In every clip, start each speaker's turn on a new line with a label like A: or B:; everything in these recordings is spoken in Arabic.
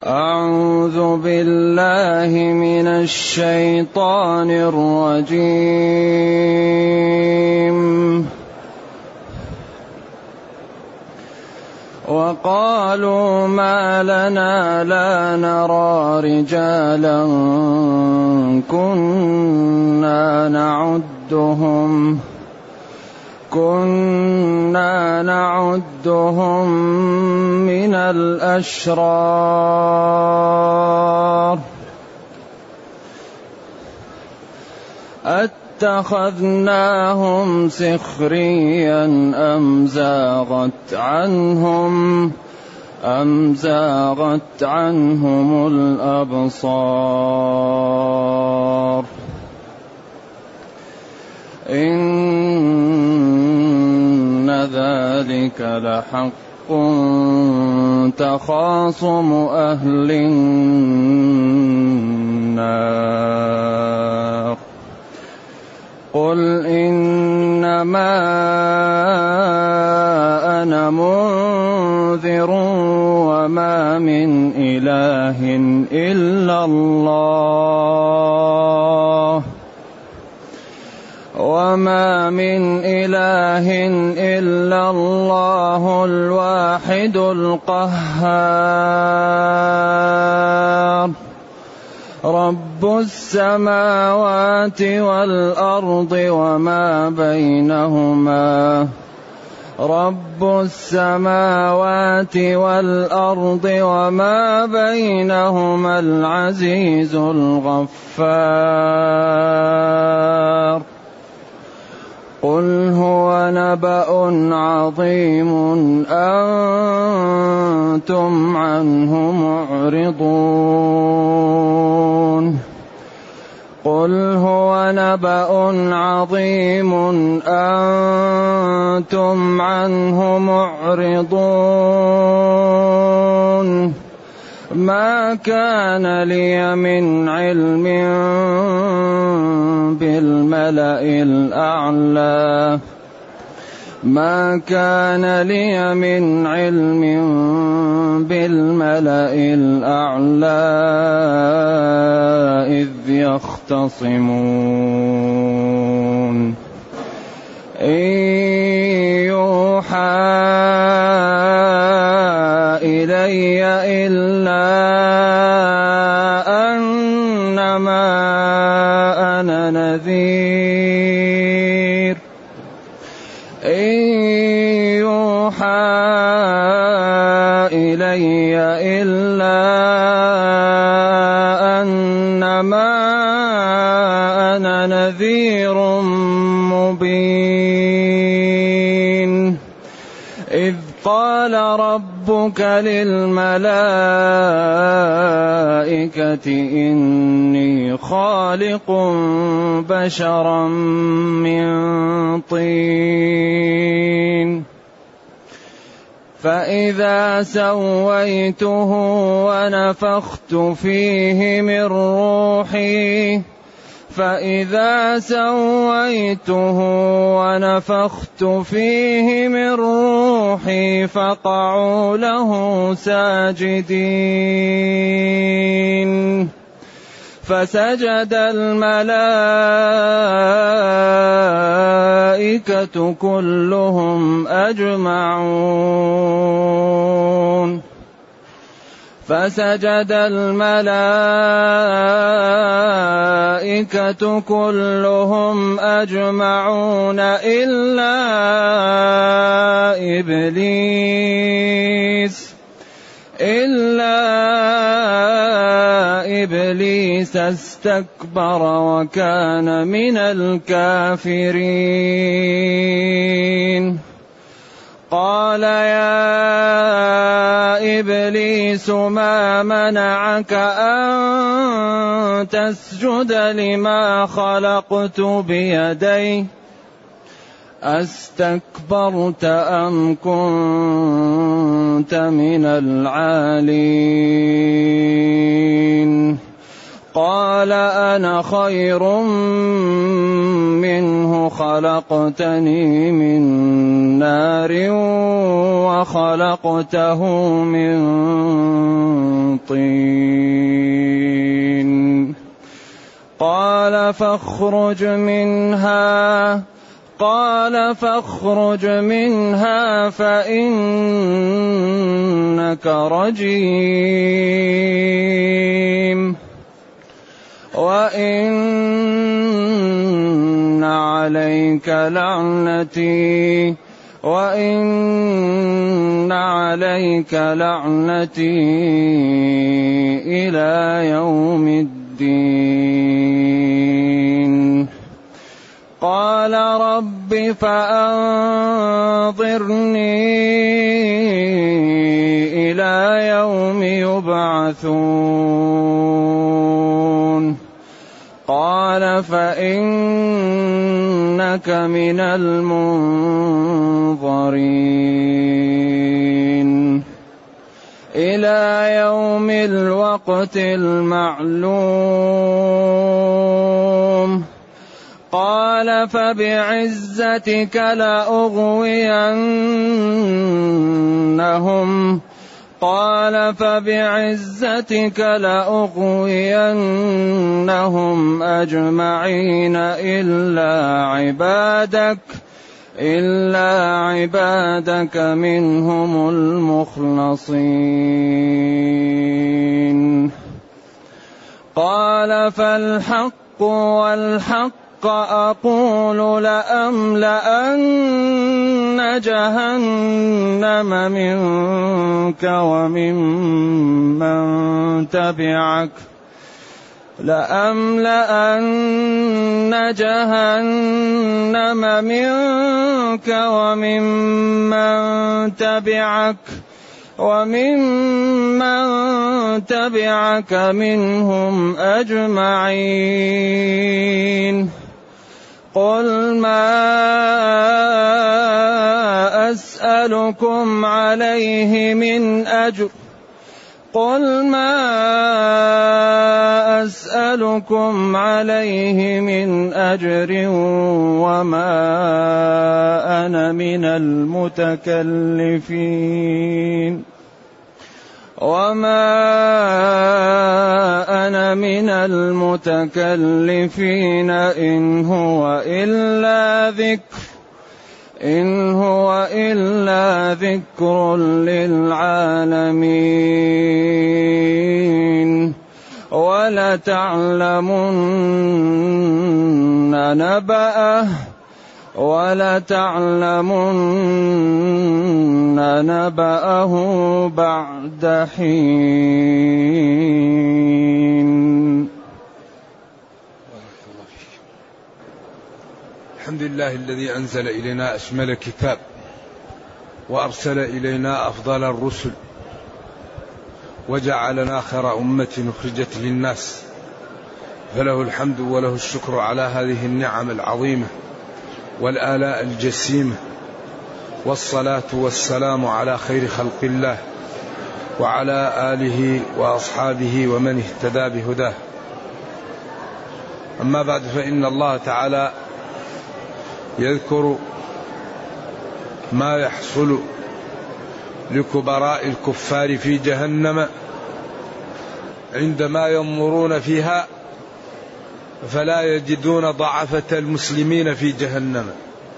A: أعوذ بالله من الشيطان الرجيم. وقالوا ما لنا لا نرى رجالا كنا نعدهم من الأشرار أتخذناهم سخريا أم زاغت عنهم الأبصار إن ذلك لحق تخاصم أهل النار. قل إنما أنا منذر وما من إله إلا الله الواحد القهار. رب السماوات والأرض وما بينهما العزيز الغفار. قل هو نبأ عظيم أنتم عنه معرضون. ما كان لي من علم بالملأ الأعلى إذ يختصمون. إن يوحى إلي إلا أنما أنا نذير. مبين. إذ قال ربك للملائكة إني خالق بشرا من طين فإذا سويته ونفخت فيه من روحي فقعوا له ساجدين. فسجد الملائكة كلهم أجمعون إلا إبليس استكبر وكان من الكافرين. قال يا إبليس ما منعك أن تسجد لما خلقت بيدي أستكبرت أم كنت من العالين؟ قال أنا خير منه خلقتني من نار وخلقته من طين قال فاخرج منها فإنك رجيم وإن عليك لعنتي إلى يوم الدين قال رب فأنظرني إلى يوم يبعثون قال فإنك من المنظرين إلى يوم الوقت المعلوم قال فبعزتك لأغوينهم أجمعين إلا عبادك منهم المخلصين قال فالحق والحق أقول لأملأن جهنم منك وممن تبعك منهم أجمعين قل ما أسألكم عليه من أجر وما أنا من المتكلفين إن هو إلا ذكر للعالمين ولتعلمن نبأه بعد حين.
B: الحمد لله الذي أنزل إلينا أشمل كتاب وأرسل إلينا أفضل الرسل وجعلنا خير أمة أخرجت للناس، فله الحمد وله الشكر على هذه النعم العظيمة والآلاء الجسيمة، والصلاة والسلام على خير خلق الله وعلى آله وأصحابه ومن اهتدى بهداه. أما بعد، فإن الله تعالى يذكر ما يحصل لكبراء الكفار في جهنم عندما يمرون فيها فلا يجدون ضعفة المسلمين في جهنم.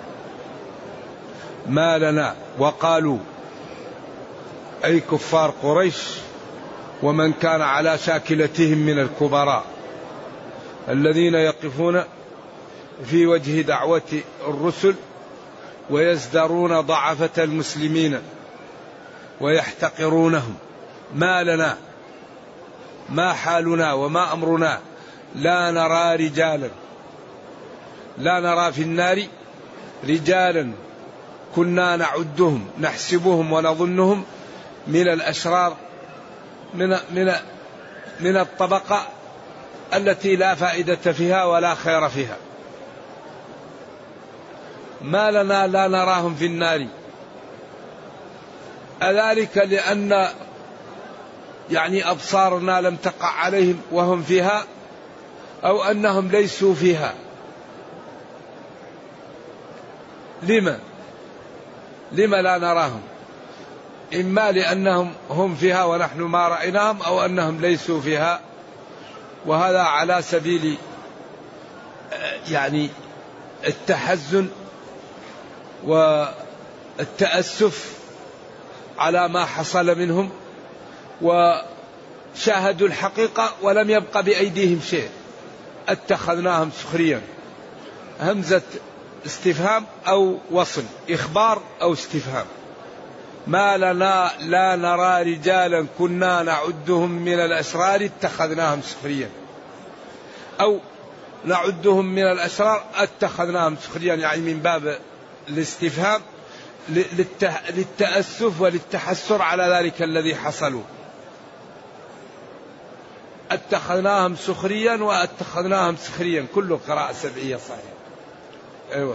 B: ما لنا، وقالوا أي كفار قريش ومن كان على شاكلتهم من الكبراء الذين يقفون في وجه دعوة الرسل ويزدرون ضعفة المسلمين ويحتقرونهم. ما لنا، ما حالنا وما أمرنا، لا نرى في النار رجالا كنا نعدهم نحسبهم ونظنهم من الأشرار، من الطبقة التي لا فائدة فيها ولا خير فيها. ما لنا لا نراهم في النار، أذلك لأن أبصارنا لم تقع عليهم وهم فيها، أو أنهم ليسوا فيها؟ لما لا نراهم؟ إما لأنهم هم فيها ونحن ما رأيناهم، أو أنهم ليسوا فيها، وهذا على سبيل يعني التحزن والتأسف على ما حصل منهم، وشاهدوا الحقيقة ولم يبق بأيديهم شيء. اتخذناهم سخريا، همزة استفهام أو وصل، إخبار أو استفهام. ما لنا لا نرى رجالا كنا نعدهم من الأشرار اتخذناهم سخريا، أو نعدهم من الأشرار اتخذناهم سخريا، يعني من باب الاستفهام للتأسف وللتحسر على ذلك الذي حصلوا. اتخذناهم سخريا واتخذناهم سخريا، كله قراءة سبعية صحيح.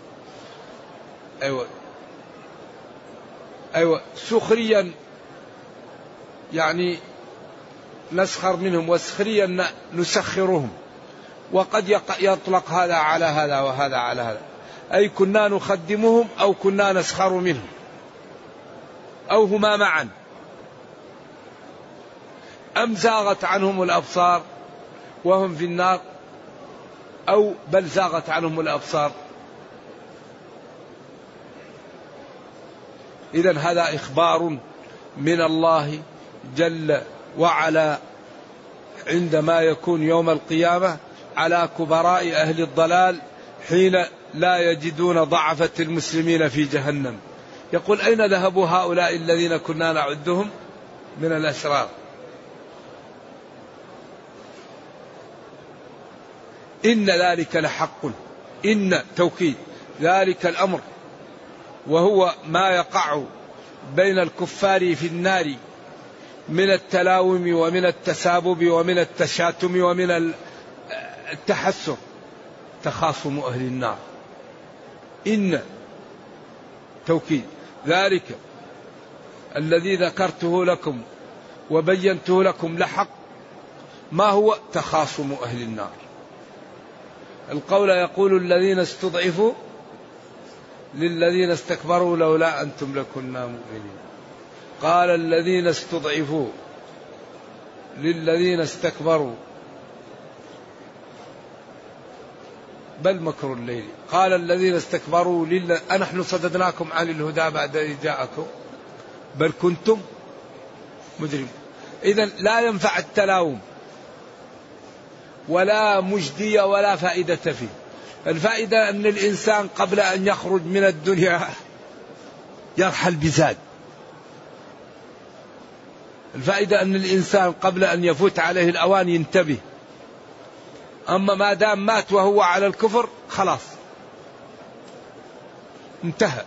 B: أيوة سخريا يعني نسخر منهم، وسخريا نسخرهم، وقد يطلق هذا على هذا وهذا على هذا، أي كنا نخدمهم أو كنا نسخر منهم، أو هما معا. أم زاغت عنهم الأبصار وهم في النار، أو بل زاغت عنهم الأبصار. إذن هذا إخبار من الله جل وعلا عندما يكون يوم القيامة على كبراء أهل الضلال حين لا يجدون ضعفة المسلمين في جهنم. يقول أين ذهبوا هؤلاء الذين كنا نعدهم من الأشرار؟ إن ذلك لحق، إن توكيد ذلك الأمر، وهو ما يقع بين الكفار في النار من التلاوم ومن التسابب ومن التشاتم ومن التحسر، تخاصم أهل النار. إن توكيد ذلك الذي ذكرته لكم وبينته لكم لحق، ما هو؟ تخاصم أهل النار. القول يقول الذين استضعفوا للذين استكبروا لولا أنتم لكنا مؤمنين. قال الذين استضعفوا للذين استكبروا بل مكر الليل. قال الذين استكبروا أنحن صددناكم عن الهدى بعد إذ جاءكم بل كنتم مجرمين. إذن لا ينفع التلاوم ولا مجدية ولا فائدة فيه. الفائدة أن الإنسان قبل أن يخرج من الدنيا يرحل بزاد. الفائدة أن الإنسان قبل أن يفوت عليه الأوان ينتبه. أما ما دام مات وهو على الكفر خلاص انتهى.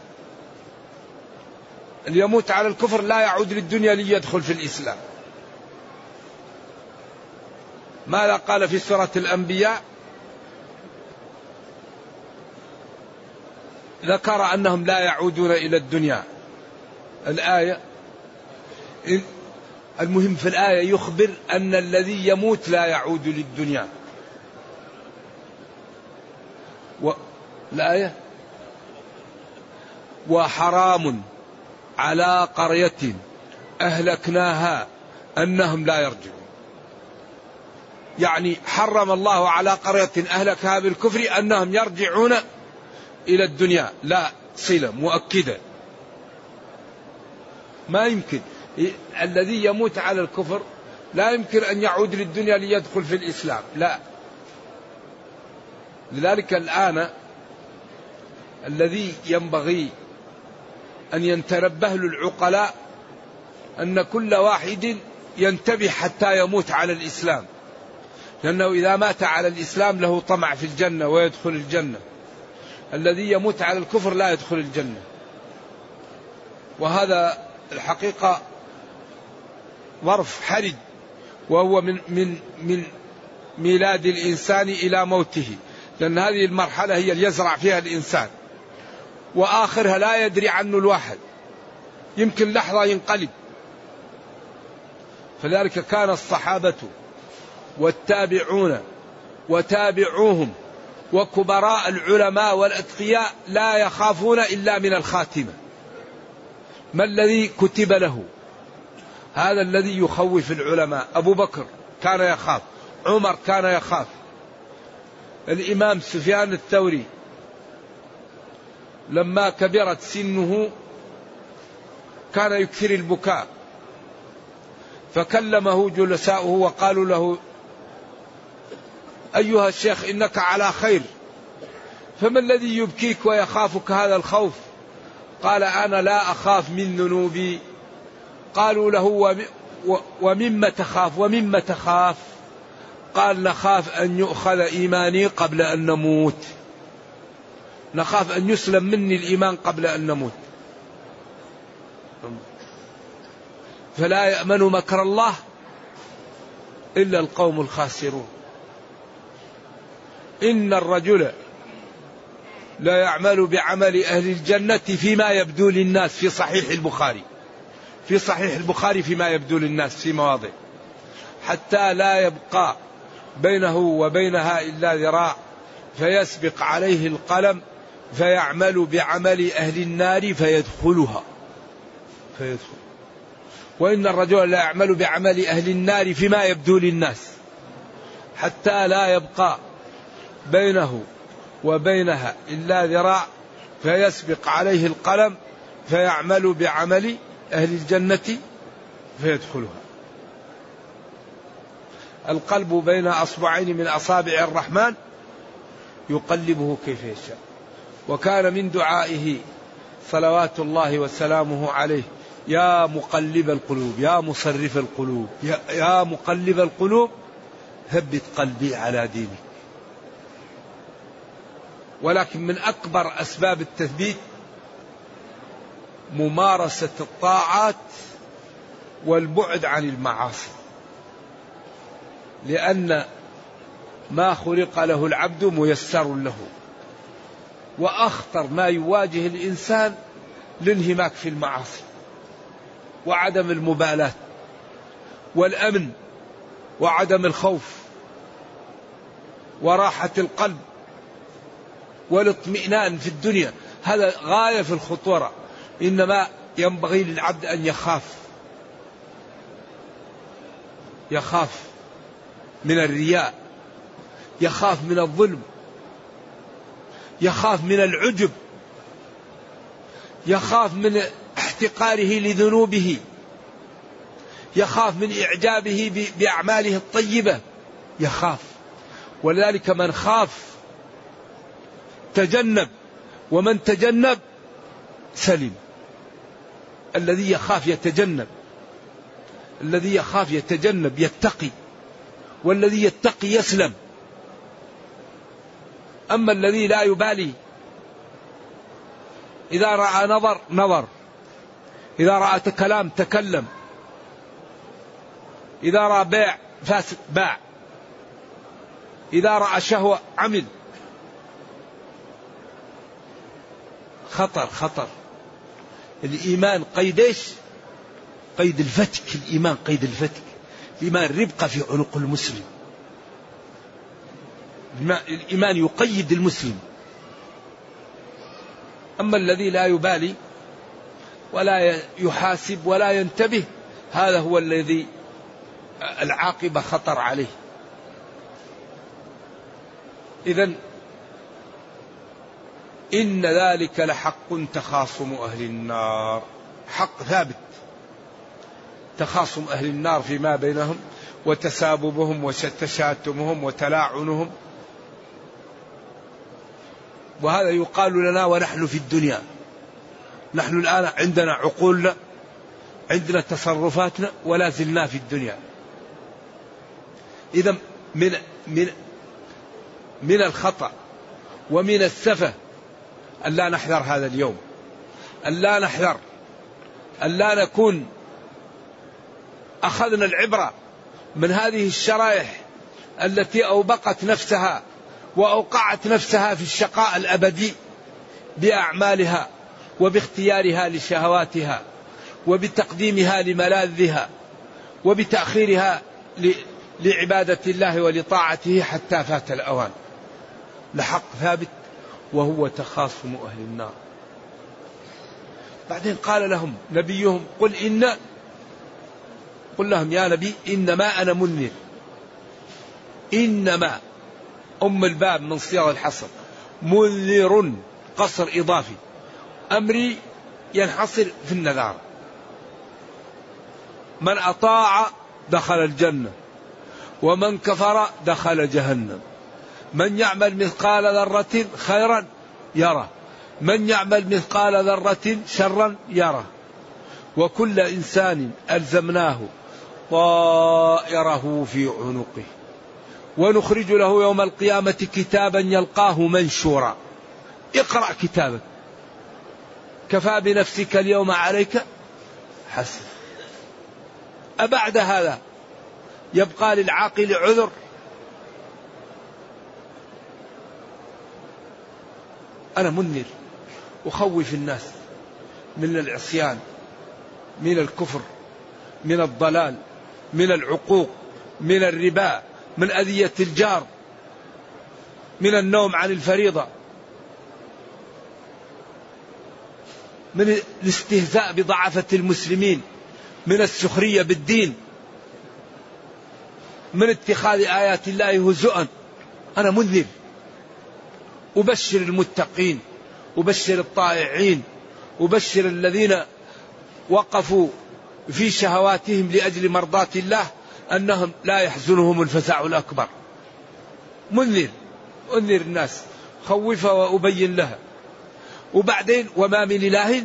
B: اللي يموت على الكفر لا يعود للدنيا ليدخل في الإسلام. ماذا قال في سورة الأنبياء؟ ذكر أنهم لا يعودون إلى الدنيا. الآية المهم في الآية يخبر أن الذي يموت لا يعود للدنيا. الآية وحرام على قرية أهلكناها أنهم لا يرجعون. يعني حرم الله على قرية أهلكها بالكفر أنهم يرجعون إلى الدنيا، لا، صلة مؤكدة. ما يمكن الذي يموت على الكفر لا يمكن أن يعود للدنيا ليدخل في الإسلام، لا. لذلك الآن الذي ينبغي أن ينتبه له العقلاء أن كل واحد ينتبه حتى يموت على الإسلام، لأنه إذا مات على الإسلام له طمع في الجنة ويدخل الجنة. الذي يموت على الكفر لا يدخل الجنة. وهذا الحقيقة ظرف حرج، وهو من ميلاد الإنسان إلى موته، لأن هذه المرحلة هي اللي يزرع فيها الإنسان، وآخرها لا يدري عنه الواحد، يمكن لحظة ينقلب. فذلك كان الصحابة والتابعون وتابعوهم وكبراء العلماء والأتقياء لا يخافون إلا من الخاتمة. ما الذي كتب له؟ هذا الذي يخوف العلماء. أبو بكر كان يخاف، عمر كان يخاف، الإمام سفيان الثوري لما كبرت سنه كان يكثر البكاء، فكلمه جلساؤه وقالوا له: أيها الشيخ إنك على خير، فما الذي يبكيك ويخافك هذا الخوف؟ قال: أنا لا أخاف من ذنوبي. قالوا له: ومما تخاف؟ ومما تخاف؟ قال: نخاف أن يؤخذ إيماني قبل أن نموت، نخاف أن يسلم مني الإيمان قبل أن نموت. فلا يأمن مكر الله إلا القوم الخاسرون. إن الرجل لا يعمل بعمل أهل الجنة فيما يبدو للناس، في صحيح البخاري، في صحيح البخاري فيما يبدو للناس في مواضع، حتى لا يبقى بينه وبينها إلا ذراع فيسبق عليه القلم فيعمل بعمل أهل النار فيدخلها. وإن الرجل لا يعمل بعمل أهل النار فيما يبدو للناس حتى لا يبقى بينه وبينها إلا ذراع فيسبق عليه القلم فيعمل بعمل أهل الجنة فيدخلها. القلب بين أصبعين من أصابع الرحمن يقلبه كيف يشاء. وكان من دعائه صلوات الله وسلامه عليه: يا مقلب القلوب، يا مصرف القلوب، يا مقلب القلوب ثبت قلبي على دينك. ولكن من أكبر أسباب التثبيت ممارسة الطاعات والبعد عن المعاصي، لأن ما خلق له العبد ميسر له. وأخطر ما يواجه الإنسان الانهماك في المعاصي وعدم المبالاة والأمن وعدم الخوف وراحة القلب والاطمئنان في الدنيا. هذا غاية في الخطورة. إنما ينبغي للعبد أن يخاف من الرياء، يخاف من الظلم، يخاف من العجب، يخاف من احتقاره لذنوبه، يخاف من إعجابه بأعماله الطيبة، يخاف. ولذلك من خاف تجنب، ومن تجنب سلم. الذي يخاف يتجنب، الذي يخاف يتجنب يتقي، والذي يتقي يسلم. أما الذي لا يبالي، إذا رأى نظر، إذا رأى كلام تكلم، إذا رأى بيع فاسد باع، إذا رأى شهوة عمل. خطر. الإيمان قيد إيش؟ قيد الفتك. الإيمان قيد الفتك. الإيمان ربقة في عنق المسلم. الإيمان يقيد المسلم. أما الذي لا يبالي ولا يحاسب ولا ينتبه، هذا هو الذي العاقبة خطر عليه. إذن إن ذلك لحق تخاصم أهل النار، حق ثابت، تخاصم أهل النار فيما بينهم وتساببهم وتشاتمهم وتلاعنهم. وهذا يقال لنا ونحن في الدنيا. نحن الآن عندنا عقولنا، عندنا تصرفاتنا، ولا زلنا في الدنيا. إذا من الخطأ ومن السفة أن لا نحذر هذا اليوم، أن لا نحذر، أن لا نكون أخذنا العبرة من هذه الشرائح التي أوبقت نفسها وأوقعت نفسها في الشقاء الأبدي بأعمالها وباختيارها لشهواتها وبتقديمها لملاذها وبتأخيرها لعبادة الله ولطاعته حتى فات الأوان. لحق ثابت وهو تخاصم أهل النار. بعدين قال لهم نبيهم قل لهم يا نبي إنما أنا منذر. إنما الباب من صيغ الحصر، منذر قصر إضافي، أمري ينحصر في النذار. من أطاع دخل الجنة ومن كفر دخل جهنم. من يعمل مثقال ذرة خيرا يره، من يعمل مثقال ذرة شرا يره. وكل إنسان ألزمناه طائره في عنقه ونخرج له يوم القيامة كتابا يلقاه منشورا. اقرأ كتابك كفى بنفسك اليوم عليك حسب. أبعد هذا يبقى للعاقل عذر؟ أنا منذر أخوف الناس من العصيان، من الكفر، من الضلال، من العقوق، من الربا، من أذية الجار، من النوم عن الفريضة، من الاستهزاء بضعفة المسلمين، من السخرية بالدين، من اتخاذ آيات الله هزؤا. أنا منذر أبشر المتقين، أبشر الطائعين، أبشر الذين وقفوا في شهواتهم لأجل مرضاة الله أنهم لا يحزنهم الفزع الأكبر. منذر أنذر الناس، خوفها وأبين لها. وبعدين وما من إله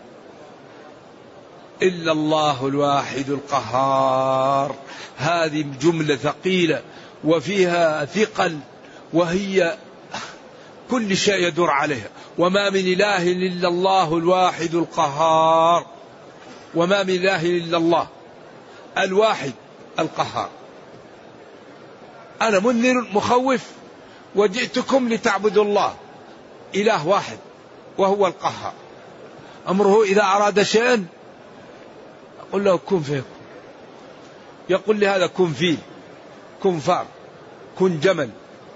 B: إلا الله الواحد القهار. هذه جملة ثقيلة وفيها ثقل، وهي كل شيء يدور عليها. وما من إله إلا الله الواحد القهار. وما من إله إلا الله الواحد القهار. أنا منذر مخوف وجئتكم لتعبدوا الله إله واحد وهو القهار. أمره إذا أراد شيئا يقول له كن فيكون. يقول لهذا كن فيل، كن فار، كن جمل،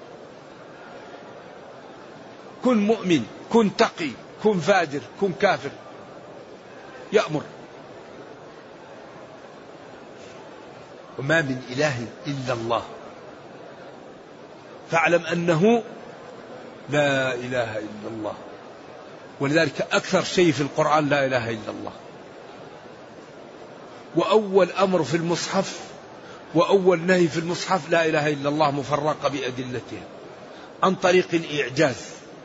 B: كن مؤمن، كن تقي، كن فاجر، كن كافر، يأمر. وما من إله إلا الله. فاعلم أنه لا إله إلا الله. ولذلك أكثر شيء في القرآن لا إله إلا الله. وأول أمر في المصحف وأول نهي في المصحف لا إله إلا الله مفرقة بأدلتها عن طريق الإعجاز.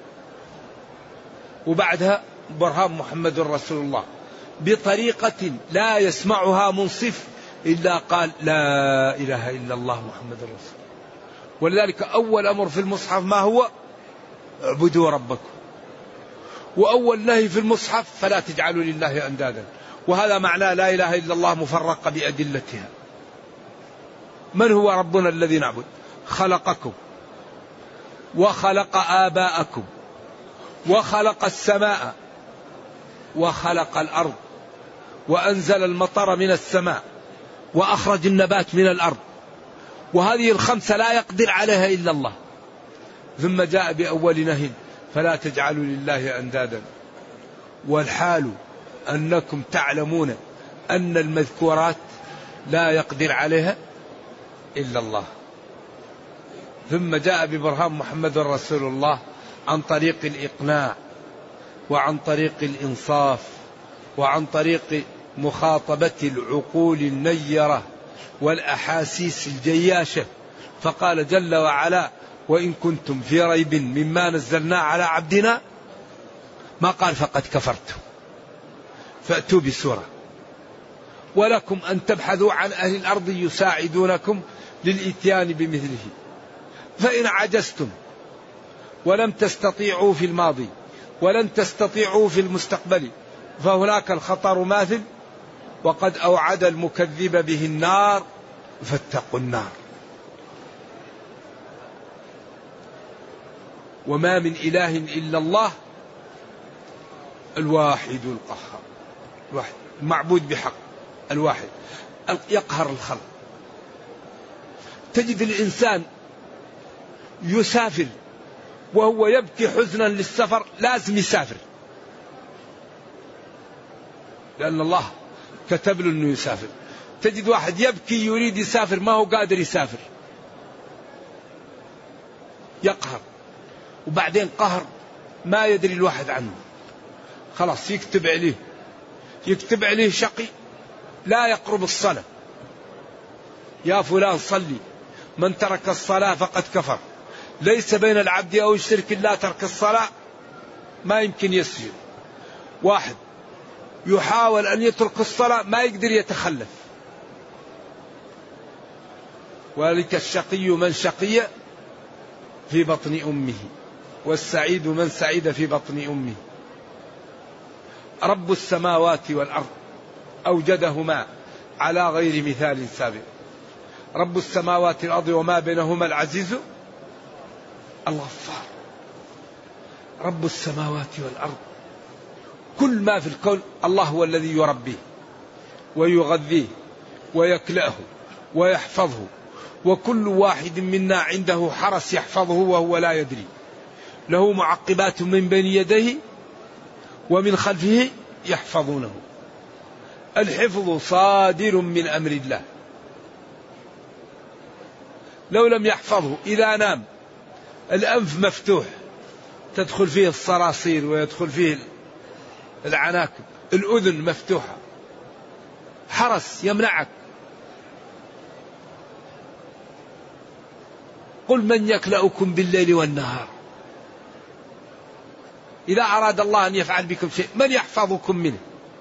B: وبعدها برهان محمد رسول الله بطريقة لا يسمعها منصف إلا قال لا إله إلا الله محمد رسول الله. ولذلك أول أمر في المصحف ما هو؟ اعبدوا ربكم. وأول نهي في المصحف فلا تجعلوا لله أندادا. وهذا معناه لا إله إلا الله مفرقة بأدلتها. من هو ربنا الذي نعبد؟ خلقكم وخلق آباءكم وخلق السماء وخلق الأرض وأنزل المطر من السماء وأخرج النبات من الأرض. وهذه الخمسة لا يقدر عليها إلا الله. ثم جاء بأول نهي فلا تجعلوا لله أندادا. والحال أنكم تعلمون أن المذكورات لا يقدر عليها إلا الله. ثم جاء ببرهان محمد رسول الله عن طريق الإقناع وعن طريق الإنصاف وعن طريق مخاطبة العقول النيرة والأحاسيس الجياشة. فقال جل وعلا وإن كنتم في ريب مما نزلنا على عبدنا، ما قال فقد كفرتم، فأتوا بسورة. ولكم أن تبحثوا عن أهل الأرض يساعدونكم للإتيان بمثله. فإن عجزتم ولم تستطيعوا في الماضي ولن تستطيعوا في المستقبل فهناك الخطر ماثل وقد أوعد المكذب به النار فاتقوا النار. وما من إله إلا الله الواحد القهار. الواحد المعبود بحق، الواحد يقهر الخلق. تجد الإنسان يسافر وهو يبكي حزنا للسفر لازم يسافر، لأن الله كتب له أنه يسافر. تجد واحد يبكي يريد يسافر ما هو قادر يسافر، يقهر، وبعدين قهر ما يدري الواحد عنه، خلاص يكتب عليه شقي لا يقرب الصلاة. يا فلان صلي، من ترك الصلاة فقد كفر. ليس بين العبد أو الشرك لا ترك الصلاة، ما يمكن يسجد. واحد يحاول أن يترك الصلاة ما يقدر يتخلف. ولك الشقي من شقي في بطن أمه، والسعيد من سعيد في بطن أمه. رب السماوات والأرض أوجدهما على غير مثال سابق. رب السماوات والأرض وما بينهما العزيز الغفار. رب السماوات والأرض، كل ما في الكون الله هو الذي يربيه ويغذيه ويكلأه ويحفظه، وكل واحد منا عنده حرس يحفظه وهو لا يدري. له معقبات من بين يديه ومن خلفه يحفظونه. الحفظ صادر من أمر الله. لو لم يحفظه إذا نام الأنف مفتوح تدخل فيه الصراصير ويدخل فيه العناكب، الأذن مفتوحة، حرس يمنعك. قل من يكلأكم بالليل والنهار. إذا أراد الله أن يفعل بكم شيء من يحفظكم منه؟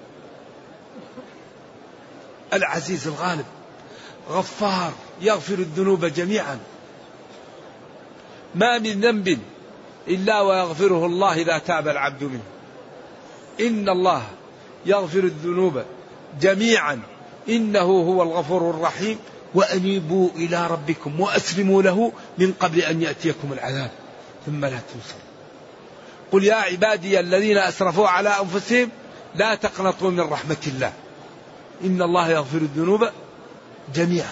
B: العزيز الغالب، غفار، يغفر الذنوب جميعا. ما من ذنب إلا ويغفره الله إذا تاب العبد منه. إن الله يغفر الذنوب جميعا إنه هو الغفور الرحيم، وأنيبوا إلى ربكم وأسلموا له من قبل أن يأتيكم العذاب ثم لا تنصرون. قل يا عبادي الذين أسرفوا على أنفسهم لا تقنطوا من رحمة الله إن الله يغفر الذنوب جميعا.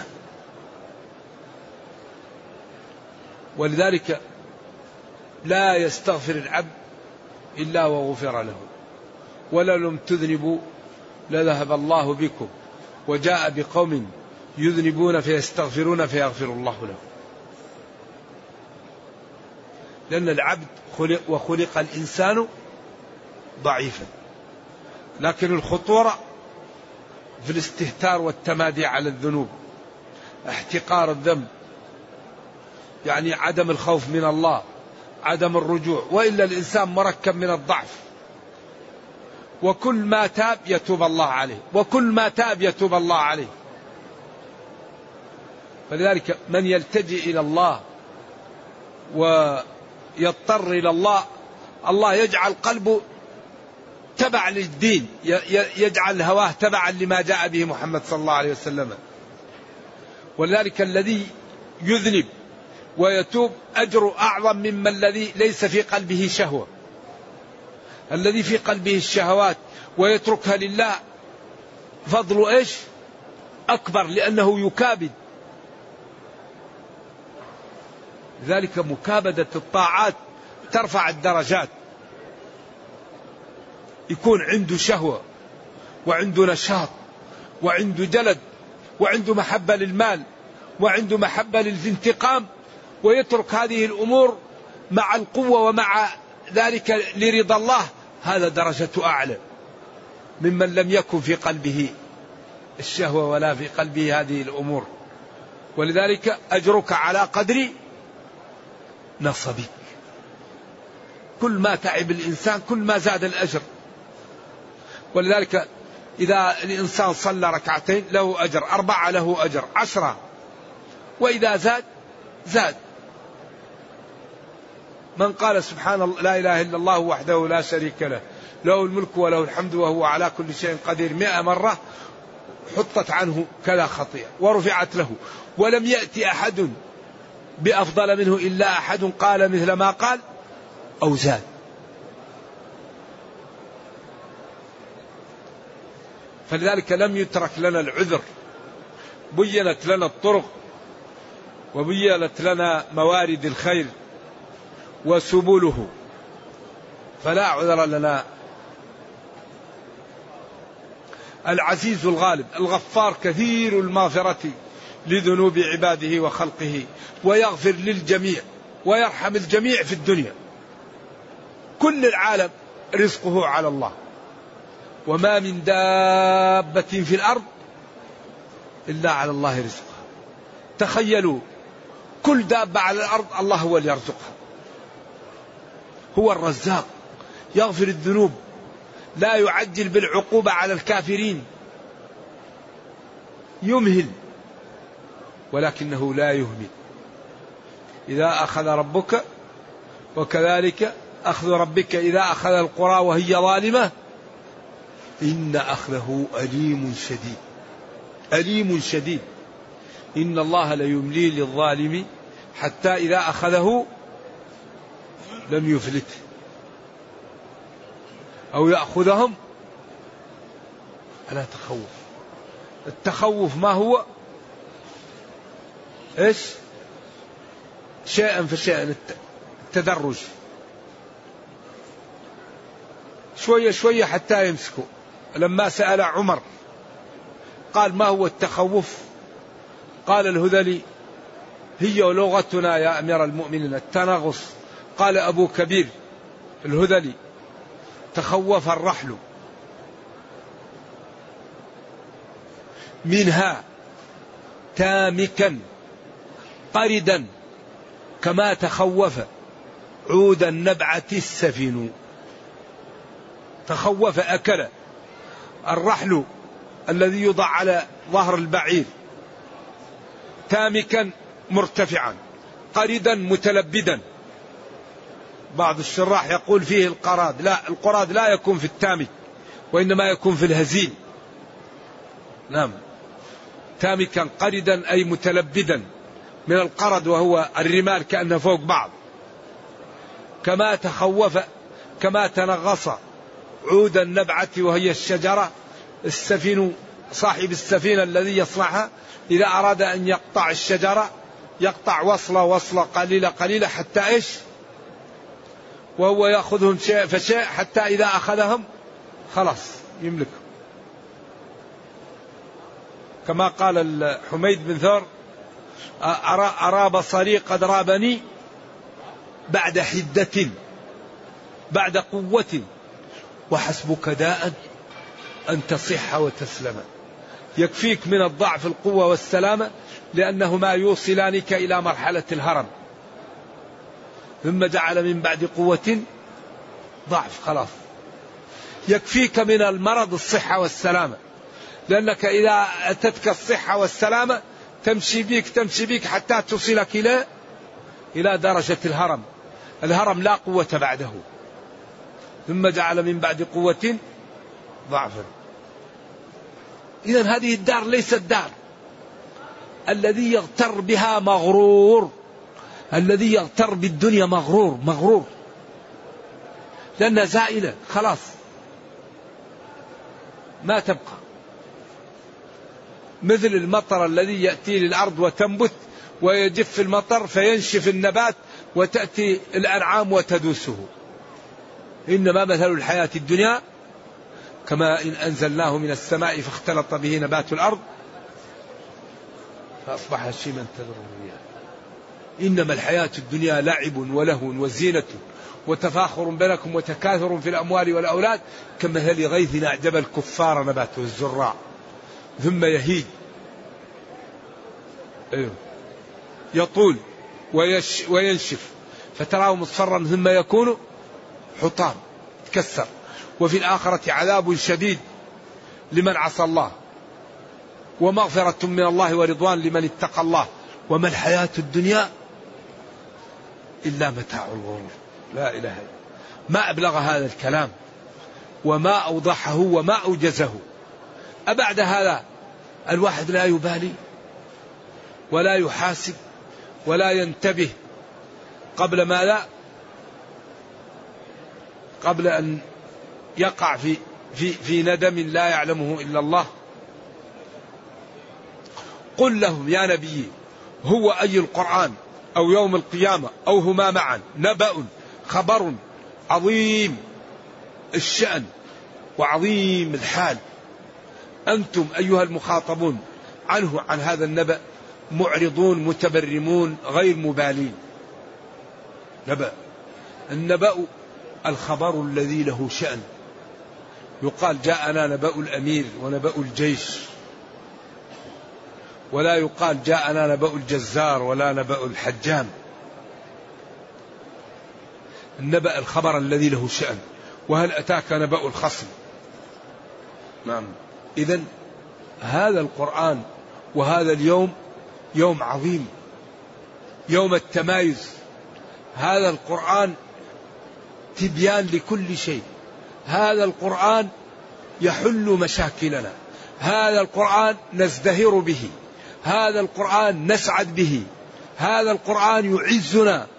B: ولذلك لا يستغفر العبد إلا وغفر له. ولو لم تذنبوا لذهب الله بكم وجاء بقوم يذنبون فيستغفرون فيغفر الله له. لأن العبد وخلق الإنسان ضعيفا، لكن الخطورة في الاستهتار والتمادي على الذنوب، احتقار الذنب، يعني عدم الخوف من الله، عدم الرجوع، وإلا الإنسان مركب من الضعف. وكل ما تاب يتوب الله عليه، وكل ما تاب يتوب الله عليه. فلذلك من يلتجئ إلى الله ويضطر إلى الله، الله يجعل قلبه تبع للدين، يجعل هواه تبعا لما جاء به محمد صلى الله عليه وسلم. ولذلك الذي يذنب ويتوب أجر أعظم ممن الذي ليس في قلبه شهوة. الذي في قلبه الشهوات ويتركها لله فضل إيش أكبر، لأنه يكابد. لذلك مكابدة الطاعات ترفع الدرجات. يكون عنده شهوة وعنده نشاط وعنده جلد وعنده محبة للمال وعنده محبة للانتقام، ويترك هذه الأمور مع القوة ومع ذلك لرضا الله، هذا درجة أعلى ممن لم يكن في قلبه الشهوة ولا في قلبه هذه الأمور. ولذلك أجرك على قدر نصبك. كل ما تعب الإنسان كل ما زاد الأجر. ولذلك إذا الإنسان صلى ركعتين له أجر، 4 له أجر، 10، وإذا زاد زاد. من قال سبحان الله لا إله إلا الله وحده لا شريك له له الملك وله الحمد وهو على كل شيء قدير 100 مرة حطت عنه كذا خطيئة ورفعت له. ولم يأتي أحد بأفضل منه إلا أحد قال مثل ما قال أو زاد. فلذلك لم يترك لنا العذر، بينت لنا الطرق وبينت لنا موارد الخير وسبله، فلا عذر لنا. العزيز الغالب الغفار كثير المغفرة لذنوب عباده وخلقه، ويغفر للجميع ويرحم الجميع في الدنيا. كل العالم رزقه على الله، وما من دابة في الأرض إلا على الله رزقها. تخيلوا كل دابة على الأرض الله هو اللي يرزقها، هو الرزاق، يغفر الذنوب، لا يعجل بالعقوبة على الكافرين، يمهل ولكنه لا يهمل. إذا أخذ ربك وكذلك أخذ ربك إذا أخذ القرى وهي ظالمة إن أخذه أليم شديد. أليم شديد. إن الله ليملي للظالم حتى إذا أخذه لم يفلته، أو يأخذهم على تخوف. التخوف ما هو؟ إيش؟ شيئا فشيئا، التدرج، شوية شوية حتى يمسكوا. لما سأل عمر قال ما هو التخوف؟ قال الهذلي هي لغتنا يا أمير المؤمنين التنغص. قال أبو كبير الهذلي تخوف الرحل منها تامكا قردا كما تخوف عود النبعة السفن. تخوف أكل الرحل الذي يوضع على ظهر البعير، تامكا مرتفعا، قردا متلبدا. بعض الشراح يقول فيه القراد، لا، القراد لا يكون في التامك وإنما يكون في الهزيل. نعم، تامكا قردا أي متلبدا من القرد وهو الرمال كأنه فوق بعض. كما تخوف كما تنغص عود النبعة وهي الشجرة. السفين صاحب السفينة الذي يصنعها إذا أراد أن يقطع الشجرة يقطع وصلة قليلة قليلة حتى إيش؟ وهو يأخذهم شيء فشيء حتى إذا أخذهم خلاص يملك. كما قال حميد بن ثور أرى بصري قد رابني بعد حدة بعد قوة وحسبك داء أن تصح وتسلم. يكفيك من الضعف القوة والسلامة لأنهما يوصلانك إلى مرحلة الهرم. ثم جعل من بعد قوة ضعف، خلاص. يكفيك من المرض الصحة والسلامة، لأنك إذا أتتك الصحة والسلامة تمشي بك حتى تصلك إلى درجة الهرم. الهرم لا قوة بعده. ثم جعل من بعد قوة ضعفا. إذن هذه الدار ليست دار. الذي يغتر بها مغرور، الذي يغتر بالدنيا مغرور لأنها زائلة خلاص ما تبقى. مثل المطر الذي يأتي للأرض وتنبت ويجف المطر فينشف النبات وتأتي الأنعام وتدوسه. إنما مثل الحياة الدنيا كما إن أنزلناه من السماء فاختلط به نبات الأرض فأصبح هشيما تذروه الرياح. إنما الحياة الدنيا لعب ولهو وزينة وتفاخر بينكم وتكاثر في الأموال والأولاد كمثل غيث أعجب الكفار نباته الزراع ثم يهيج يطول وينشف فتراه مصفرا ثم يكون حطام تكسر. وفي الآخرة عذاب شديد لمن عصى الله ومغفرة من الله ورضوان لمن اتقى الله. وما الحياة الدنيا إلا متاع الغرور. لا إله إلا الله. ما أبلغ هذا الكلام وما أوضحه وما أوجزه. أبعد هذا الواحد لا يبالي ولا يحاسب ولا ينتبه قبل ماذا؟ قبل أن يقع في ندم لا يعلمه إلا الله. قل لهم يا نبي هو أي القرآن أو يوم القيامة أو هما معا نبأ خبر عظيم الشأن وعظيم الحال. أنتم أيها المخاطبون عنه، عن هذا النبأ، معرضون متبرمون غير مبالين. النبأ الخبر الذي له شأن. يقال جاءنا نبأ الأمير ونبأ الجيش، ولا يقال جاءنا نبأ الجزار ولا نبأ الحجام. النبأ الخبر الذي له شأن. وهل أتاك نبأ الخصم؟ نعم. إذن هذا القرآن وهذا اليوم يوم عظيم، يوم التمايز. هذا القرآن تبيان لكل شيء. هذا القرآن يحل مشاكلنا. هذا القرآن نزدهر به. هذا القرآن نسعد به. هذا القرآن يعزنا.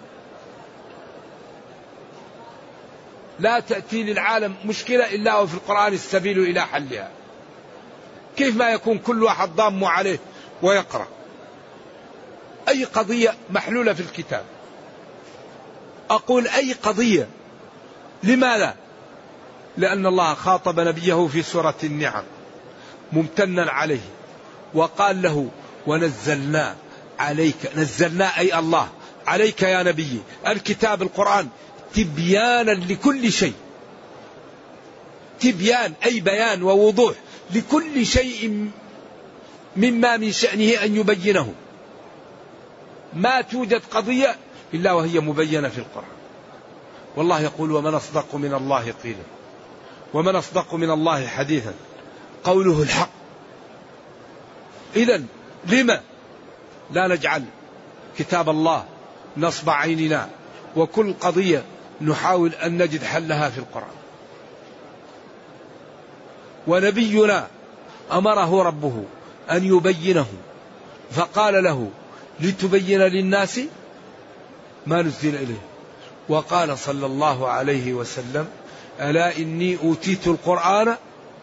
B: لا تأتي للعالم مشكلة إلا وفي القرآن السبيل إلى حلها. كيف ما يكون كل واحد ضام عليه ويقرأ؟ أي قضية محلولة في الكتاب. أقول أي قضية. لماذا؟ لأن الله خاطب نبيه في سورة النعم ممتنا عليه وقال له ونزلنا عليك، نزلنا أي الله عليك يا نبي الكتاب القرآن تبيانا لكل شيء. تبيان أي بيان ووضوح لكل شيء مما من شأنه أن يبينه. ما توجد قضية إلا وهي مبينة في القرآن. والله يقول ومن أصدق من الله قيلا ومن أصدق من الله حديثا قوله الحق. إذن لما لا نجعل كتاب الله نصب عيننا وكل قضية نحاول أن نجد حلها في القرآن؟ ونبينا أمره ربه أن يبينه فقال له لتبين للناس ما نزل إليه. وقال صلى الله عليه وسلم ألا إني أوتيت القرآن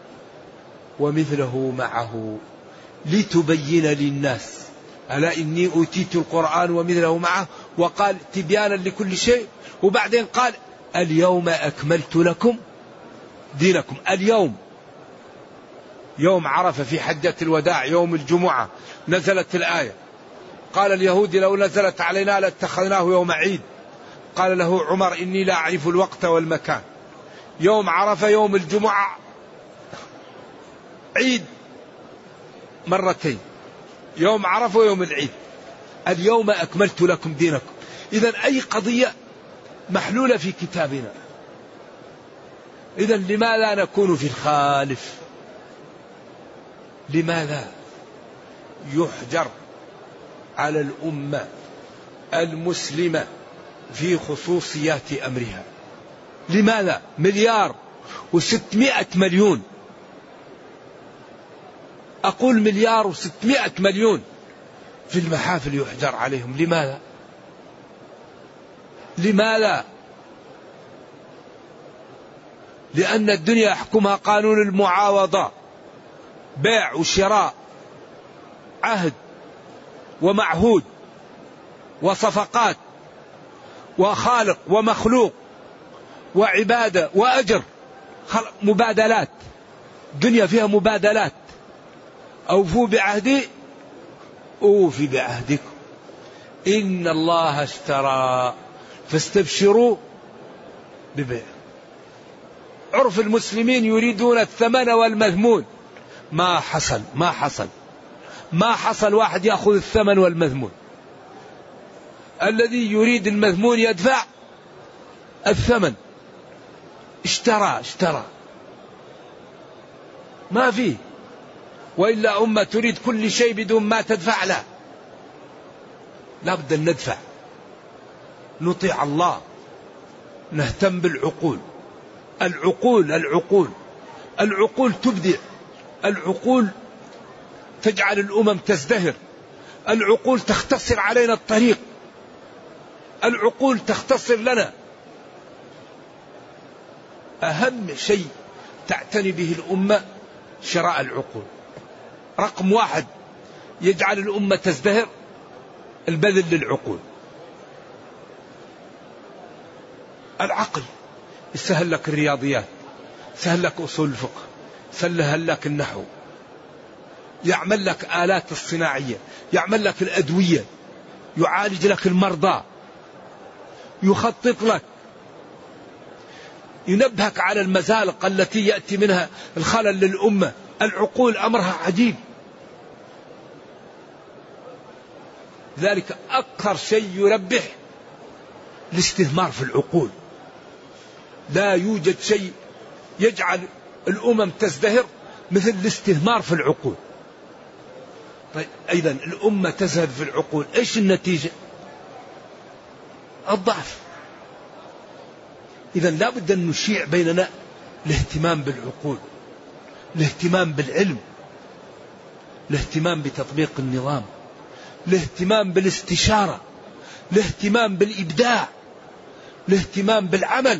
B: ومثله معه لتبين للناس. ألا إني أوتيت القرآن ومثله معه. وقال تبيانا لكل شيء. وبعدين قال اليوم أكملت لكم دينكم. اليوم يوم عرفة في حجة الوداع يوم الجمعة نزلت الآية. قال اليهود لو نزلت علينا لاتخذناه يوم عيد. قال له عمر إني لا أعرف الوقت والمكان. يوم عرفة يوم الجمعة عيد مرتين، يوم عرفة ويوم العيد. اليوم أكملت لكم دينكم. إذن أي قضية محلولة في كتابنا. إذن لماذا نكون في الخالف؟ لماذا يحجر على الأمة المسلمة في خصوصيات أمرها؟ لماذا 1,600,000,000 أقول 1,600,000,000 في المحافل يحجر عليهم؟ لماذا؟ لماذا؟ لأن الدنيا يحكمها قانون المعاوضة، بيع وشراء، عهد ومعهود وصفقات وخالق ومخلوق وعبادة وأجر، مبادلات. دنيا فيها مبادلات. أوفوا بعهدي أوفي بعهدكم إن الله اشترى فاستبشروا ببيع. عرف المسلمين يريدون الثمن والمذمون. ما حصل واحد يأخذ الثمن والمذمون. الذي يريد المذمون يدفع الثمن. اشترى ما فيه. وإلا أمة تريد كل شيء بدون ما تدفع لا بد أن ندفع. نطيع الله، نهتم بالعقول. العقول تبدع. العقول تجعل الأمم تزدهر. العقول تختصر علينا الطريق. العقول تختصر لنا. أهم شيء تعتني به الأمة شراء العقول. رقم 1 يجعل الأمة تزدهر البذل للعقول. العقل يسهل لك الرياضيات، يسهل لك أصول الفقه، يسهل لك النحو، يعمل لك آلات الصناعية، يعمل لك الأدوية، يعالج لك المرضى، يخطط لك، ينبهك على المزالق التي يأتي منها الخلل للأمة. العقول أمرها عجيب. ذلك أكثر شيء يربح الاستثمار في العقول. لا يوجد شيء يجعل الأمم تزدهر مثل الاستثمار في العقول. طيب أيضا الأمة تزهد في العقول، إيش النتيجة؟ الضعف. إذا لا بد أن نشيع بيننا الاهتمام بالعقول، الاهتمام بالعلم، الاهتمام بتطبيق النظام، الاهتمام بالاستشارة، الاهتمام بالإبداع، الاهتمام بالعمل.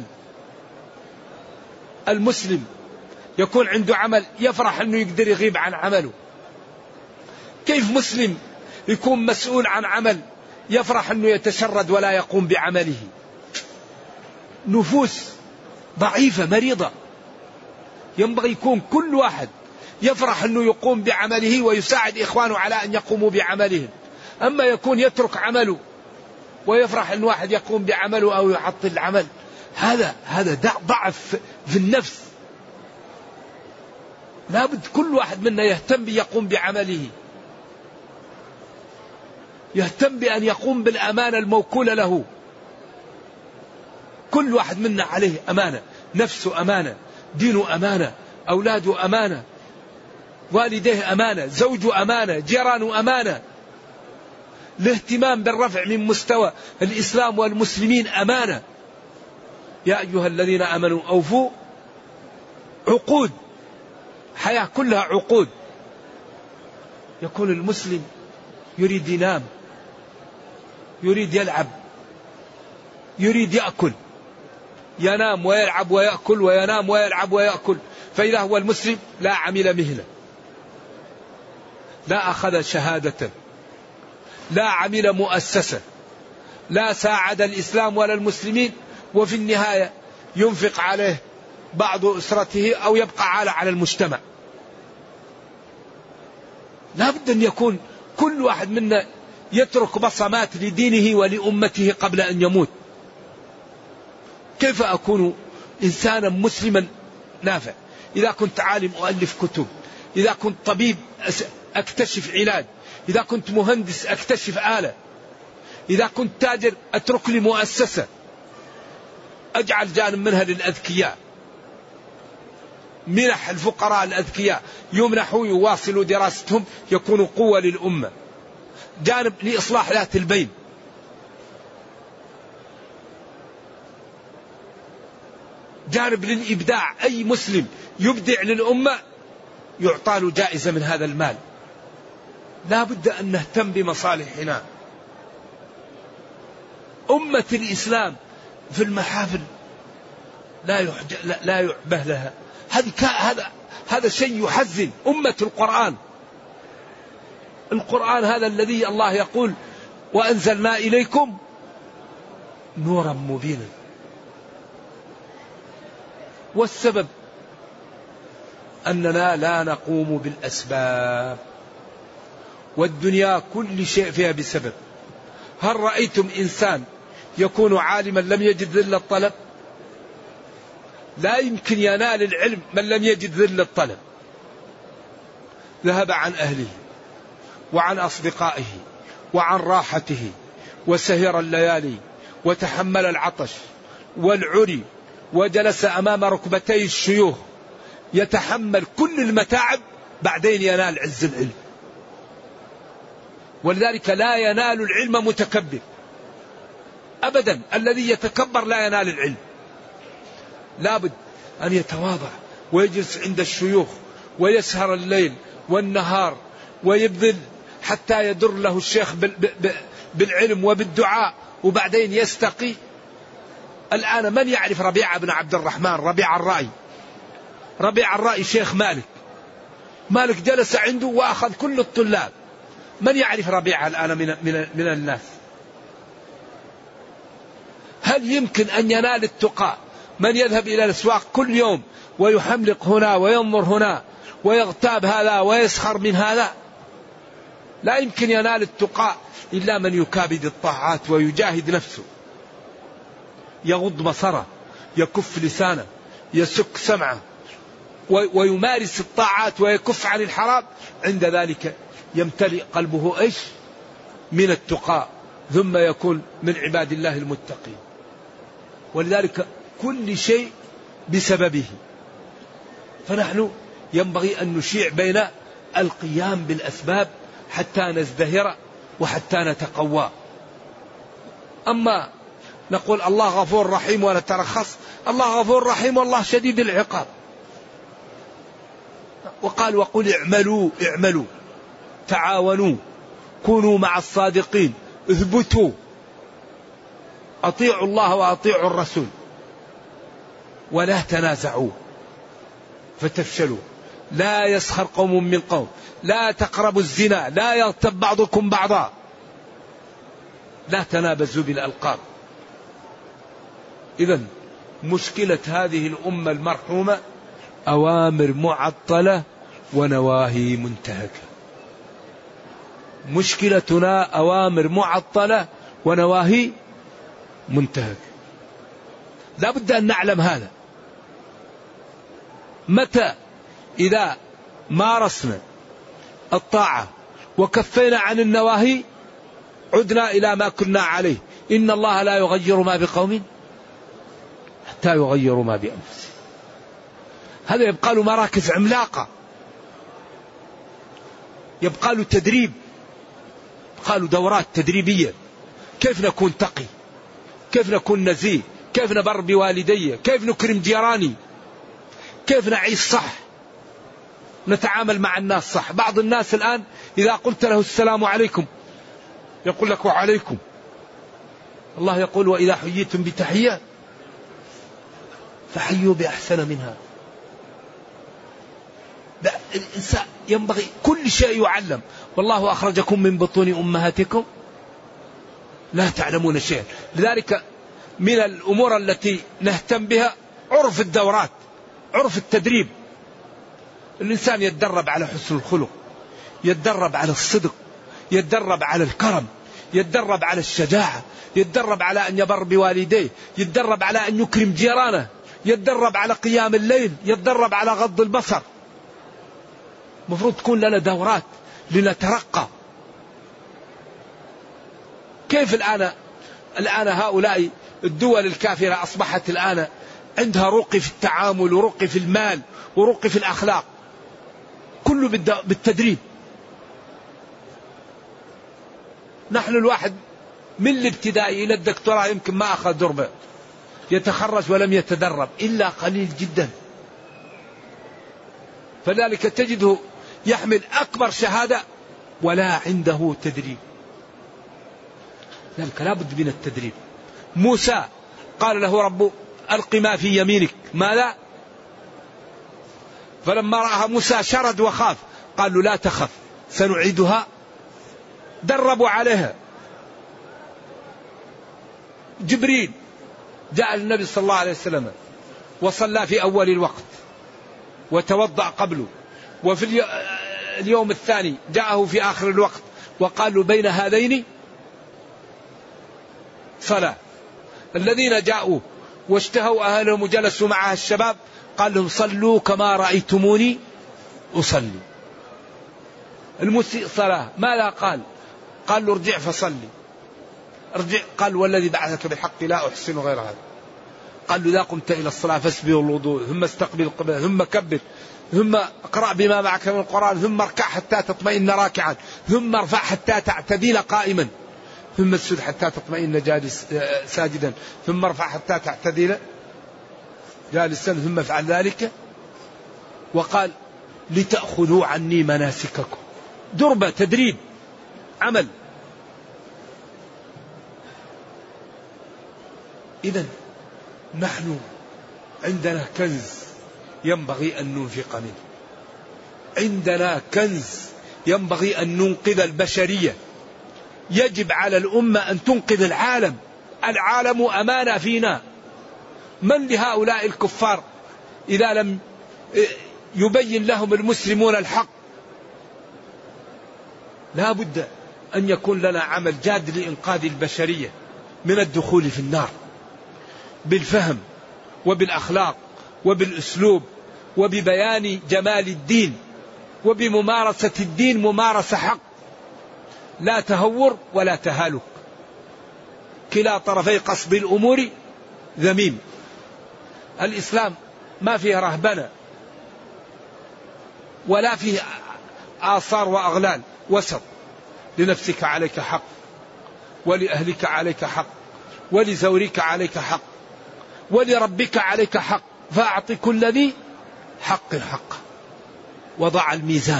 B: المسلم يكون عنده عمل يفرح أنه يقدر يغيب عن عمله. كيف مسلم يكون مسؤول عن عمل يفرح أنه يتشرد ولا يقوم بعمله؟ نفوس ضعيفة مريضة. ينبغي يكون كل واحد يفرح أنه يقوم بعمله ويساعد إخوانه على أن يقوموا بعملهم. أما يكون يترك عمله ويفرح أن واحد يقوم بعمله أو يعطل العمل، هذا ضعف في النفس. لابد كل واحد منا يهتم بيقوم بعمله، يهتم بأن يقوم بالأمانة الموكولة له. كل واحد منا عليه أمانة، نفسه أمانة، دينه أمانة، أولاده أمانة، والديه أمانة، زوجه أمانة، جيرانه أمانة. الاهتمام بالرفع من مستوى الإسلام والمسلمين أمانة. يا أيها الذين آمنوا أوفوا عقود. حياة كلها عقود. يكون المسلم يريد ينام، يريد يلعب، يريد يأكل، ينام ويلعب ويأكل وينام ويلعب ويأكل. فإذا هو المسلم لا عمل مهنة، لا أخذ شهادة، لا عمل مؤسسة، لا ساعد الإسلام ولا المسلمين، وفي النهاية ينفق عليه بعض أسرته أو يبقى عالة على المجتمع. لا بد أن يكون كل واحد منا يترك بصمات لدينه ولأمته قبل أن يموت. كيف أكون إنسانا مسلما نافع؟ إذا كنت عالم أؤلف كتب، إذا كنت طبيب أكتشف علاج، إذا كنت مهندس أكتشف آلة، إذا كنت تاجر أترك لي مؤسسة أجعل جانب منها للأذكياء، منح الفقراء الأذكياء يمنحوا يواصلوا دراستهم يكونوا قوة للأمة، جانب لإصلاح ذات البين. جانب للإبداع، أي مسلم يبدع للأمة يعطى له جائزة من هذا المال. لا بد أن نهتم بمصالحنا. أمة الإسلام في المحافل لا يعبه لها. هذا شيء يحزن. أمة القرآن هذا الذي الله يقول وأنزلنا إليكم نورا مبينا. والسبب أننا لا نقوم بالأسباب، والدنيا كل شيء فيها بسبب. هل رأيتم إنسان يكون عالما لم يجد ذل الطلب؟ لا يمكن ينال العلم من لم يجد ذل الطلب. ذهب عن أهله وعن أصدقائه وعن راحته وسهر الليالي وتحمل العطش والعري وجلس أمام ركبتي الشيوخ يتحمل كل المتاعب، بعدين ينال عز العلم. ولذلك لا ينال العلم متكبر أبدا. الذي يتكبر لا ينال العلم. لابد أن يتواضع ويجلس عند الشيوخ ويسهر الليل والنهار ويبذل حتى يدر له الشيخ بالعلم وبالدعاء، وبعدين يستقي. الآن من يعرف ربيعة بن عبد الرحمن ربيع الرائي شيخ مالك جلس عنده وأخذ كل الطلاب. من يعرف ربيعة الآن من الناس؟
C: هل يمكن أن ينال التقى من يذهب إلى الأسواق كل يوم ويحملق هنا وينظر هنا ويغتاب هذا ويسخر من هذا؟ لا يمكن ينال التقى إلا من يكابد الطاعات ويجاهد نفسه، يغض بصره، يكف لسانه، يسك سمعه، ويمارس الطاعات ويكف عن الحرام. عند ذلك يمتلئ قلبه إيش؟ من التقى، ثم يكون من عباد الله المتقين. ولذلك كل شيء بسببه. فنحن ينبغي أن نشيع بين القيام بالأسباب حتى نزدهر وحتى نتقوى. أما نقول الله غفور رحيم ونترخص، الله غفور رحيم والله شديد العقاب. وقال وقل اعملوا اعملوا تعاونوا كونوا مع الصادقين اثبتوا أطيعوا الله وأطيعوا الرسول ولا تنازعوا فتفشلوا. لا يسخر قوم من قوم، لا تقربوا الزنا، لا يغتب بعضكم بعضا، لا تنابزوا بالألقاب. إذن مشكلة هذه الأمة المرحومة أوامر معطلة ونواهي منتهكة. مشكلتنا أوامر معطلة ونواهي منتهكة. لا بد أن نعلم هذا. متى إذا مارسنا الطاعة وكفينا عن النواهي عدنا إلى ما كنا عليه. إن الله لا يغير ما بقوم حتى يغيروا ما بأنفسهم. هذا يبقى له مراكز عملاقة، يبقى له تدريب، يبقى له دورات تدريبية. كيف نكون تقي، كيف نكون نزيه، كيف نبر بوالدي، كيف نكرم جيراني، كيف نعيش صح، نتعامل مع الناس صح. بعض الناس الآن إذا قلت له السلام عليكم يقول لك وعليكم. الله يقول وإذا حييتم بتحية فحيوا بأحسن منها. الإنسان ينبغي كل شيء يعلم. والله أخرجكم من بطون أمهاتكم لا تعلمون شيئا. لذلك من الأمور التي نهتم بها عرف الدورات، عرف التدريب. الإنسان يتدرب على حسن الخلق، يتدرب على الصدق، يتدرب على الكرم، يتدرب على الشجاعة، يتدرب على أن يبر بوالديه، يتدرب على أن يكرم جيرانه، يتدرب على قيام الليل، يتدرب على غض البصر. مفروض تكون لنا دورات لنترقى. كيف الآن هؤلاء الدول الكافرة أصبحت الآن عندها رقي في التعامل ورقي في المال ورقي في الأخلاق، كله بالتدريب. نحن الواحد من الابتدائي إلى الدكتوراه يمكن ما أخذ دربة، يتخرج ولم يتدرب إلا قليل جدا. فذلك تجده يحمل أكبر شهادة ولا عنده تدريب. ذلك لا بد من التدريب. موسى قال له ربه ألق ما في يمينك. ماذا؟ فلما رأى موسى شرد وخاف قال له لا تخف سنعيدها. دربوا عليها. جبريل جاء النبي صلى الله عليه وسلم وصلى في أول الوقت وتوضأ قبله، وفي اليوم الثاني جاءه في آخر الوقت وقال له بين هذين صلاة. الذين جاءوا واشتهوا أهلهم وجلسوا معها الشباب قال لهم صلوا كما رأيتموني أصلي. المسيء صلاة ماذا قال؟ قال له ارجع فصلي. ارجع قال والذي بعثك بالحق لا أحسن غير هذا. قال له إذا قمت إلى الصلاة فاسبغ الوضوء ثم استقبل القبلة ثم كبر ثم اقرأ بما معك من القرآن ثم اركع حتى تطمئن راكعا ثم ارفع حتى تعتدل قائما ثم اسجد حتى تطمئن ساجدا ثم ارفع حتى تعتدل جالسا ثم افعل ذلك. وقال لتأخذوا عني مناسككم. دربة تدريب عمل. إذن نحن عندنا كنز ينبغي أن ننفق منه. عندنا كنز ينبغي أن ننقذ البشرية. يجب على الأمة أن تنقذ العالم العالم أمانة فينا. من لهؤلاء الكفار إذا لم يبين لهم المسلمون الحق؟ لا بد أن يكون لنا عمل جاد لإنقاذ البشرية من الدخول في النار، بالفهم وبالأخلاق وبالأسلوب وببيان جمال الدين وبممارسة الدين ممارسة حق، لا تهور ولا تهالك. كلا طرفي قصب الأمور ذميم. الإسلام ما فيه رهبنة ولا فيه آثار وأغلال، وسط. لنفسك عليك حق، ولأهلك عليك حق، ولزورك عليك حق، ولربك عليك حق، فأعط كل ذي حق حقه. وضع الميزان.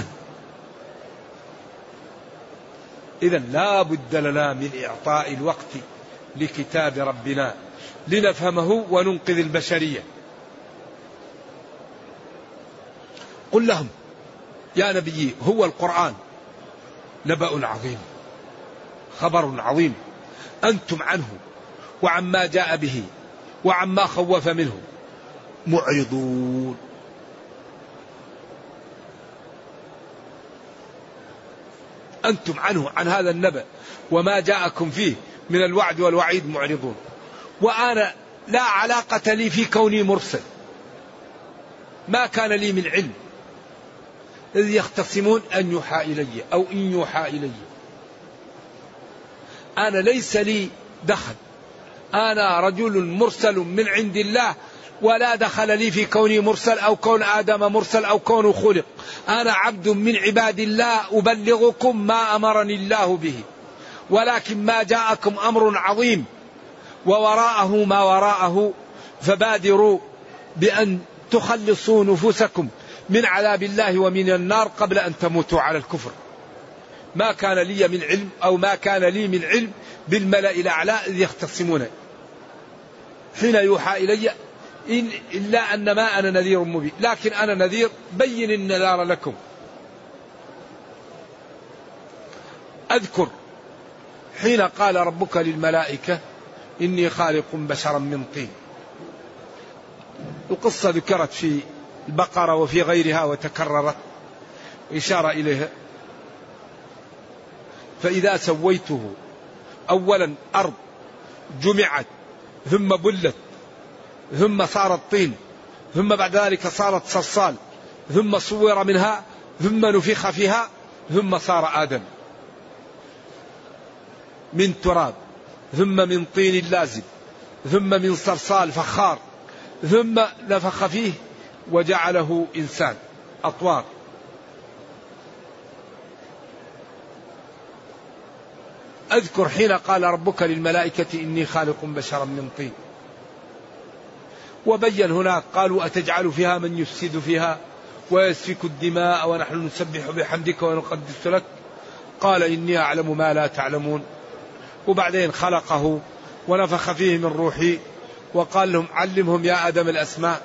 C: إذن لا بد لنا من إعطاء الوقت لكتاب ربنا لنفهمه وننقذ البشرية. قل لهم يا نبي هو القرآن نبأ عظيم، خبر عظيم، أنتم عنه وعما جاء به وعما خوف منه معرضون. أنتم عنه، عن هذا النبأ وما جاءكم فيه من الوعد والوعيد معرضون. وأنا لا علاقة لي في كوني مرسل، ما كان لي من علم. إذ يختصمون أن يوحى إلي أو إن يوحى إلي. أنا ليس لي دخل، أنا رجل مرسل من عند الله، ولا دخل لي في كوني مرسل أو كون آدم مرسل أو كونه خلق. أنا عبد من عباد الله أبلغكم ما أمرني الله به، ولكن ما جاءكم أمر عظيم ووراءه ما وراءه، فبادروا بأن تخلصوا نفوسكم من عذاب الله ومن النار قبل أن تموتوا على الكفر. ما كان لي من علم أو ما كان لي من علم بالملأ الأعلى إذ يختصمون حين يوحى إلي إلا أنما أنا نذير مبين. لكن أنا نذير بين النذار لكم. أذكر حين قال ربك للملائكة إني خالق بشرا من طين. القصة ذكرت في البقرة وفي غيرها وتكررت إشارة إليها. فإذا سويته، أولا أرض جمعت ثم بلت ثم صارت طين ثم بعد ذلك صارت صلصال ثم صور منها ثم نفخ فيها ثم صار آدم من تراب ثم من طين لازب ثم من صلصال فخار ثم نفخ فيه وجعله إنسان. أطوار. أذكر حين قال ربك للملائكة إني خالق بشرا من طين. وبين هناك قالوا أتجعل فيها من يفسد فيها ويسفك الدماء ونحن نسبح بحمدك ونقدس لك قال إني أعلم ما لا تعلمون. وبعدين خلقه ونفخ فيه من روحي وقال لهم علمهم يا آدم الأسماء.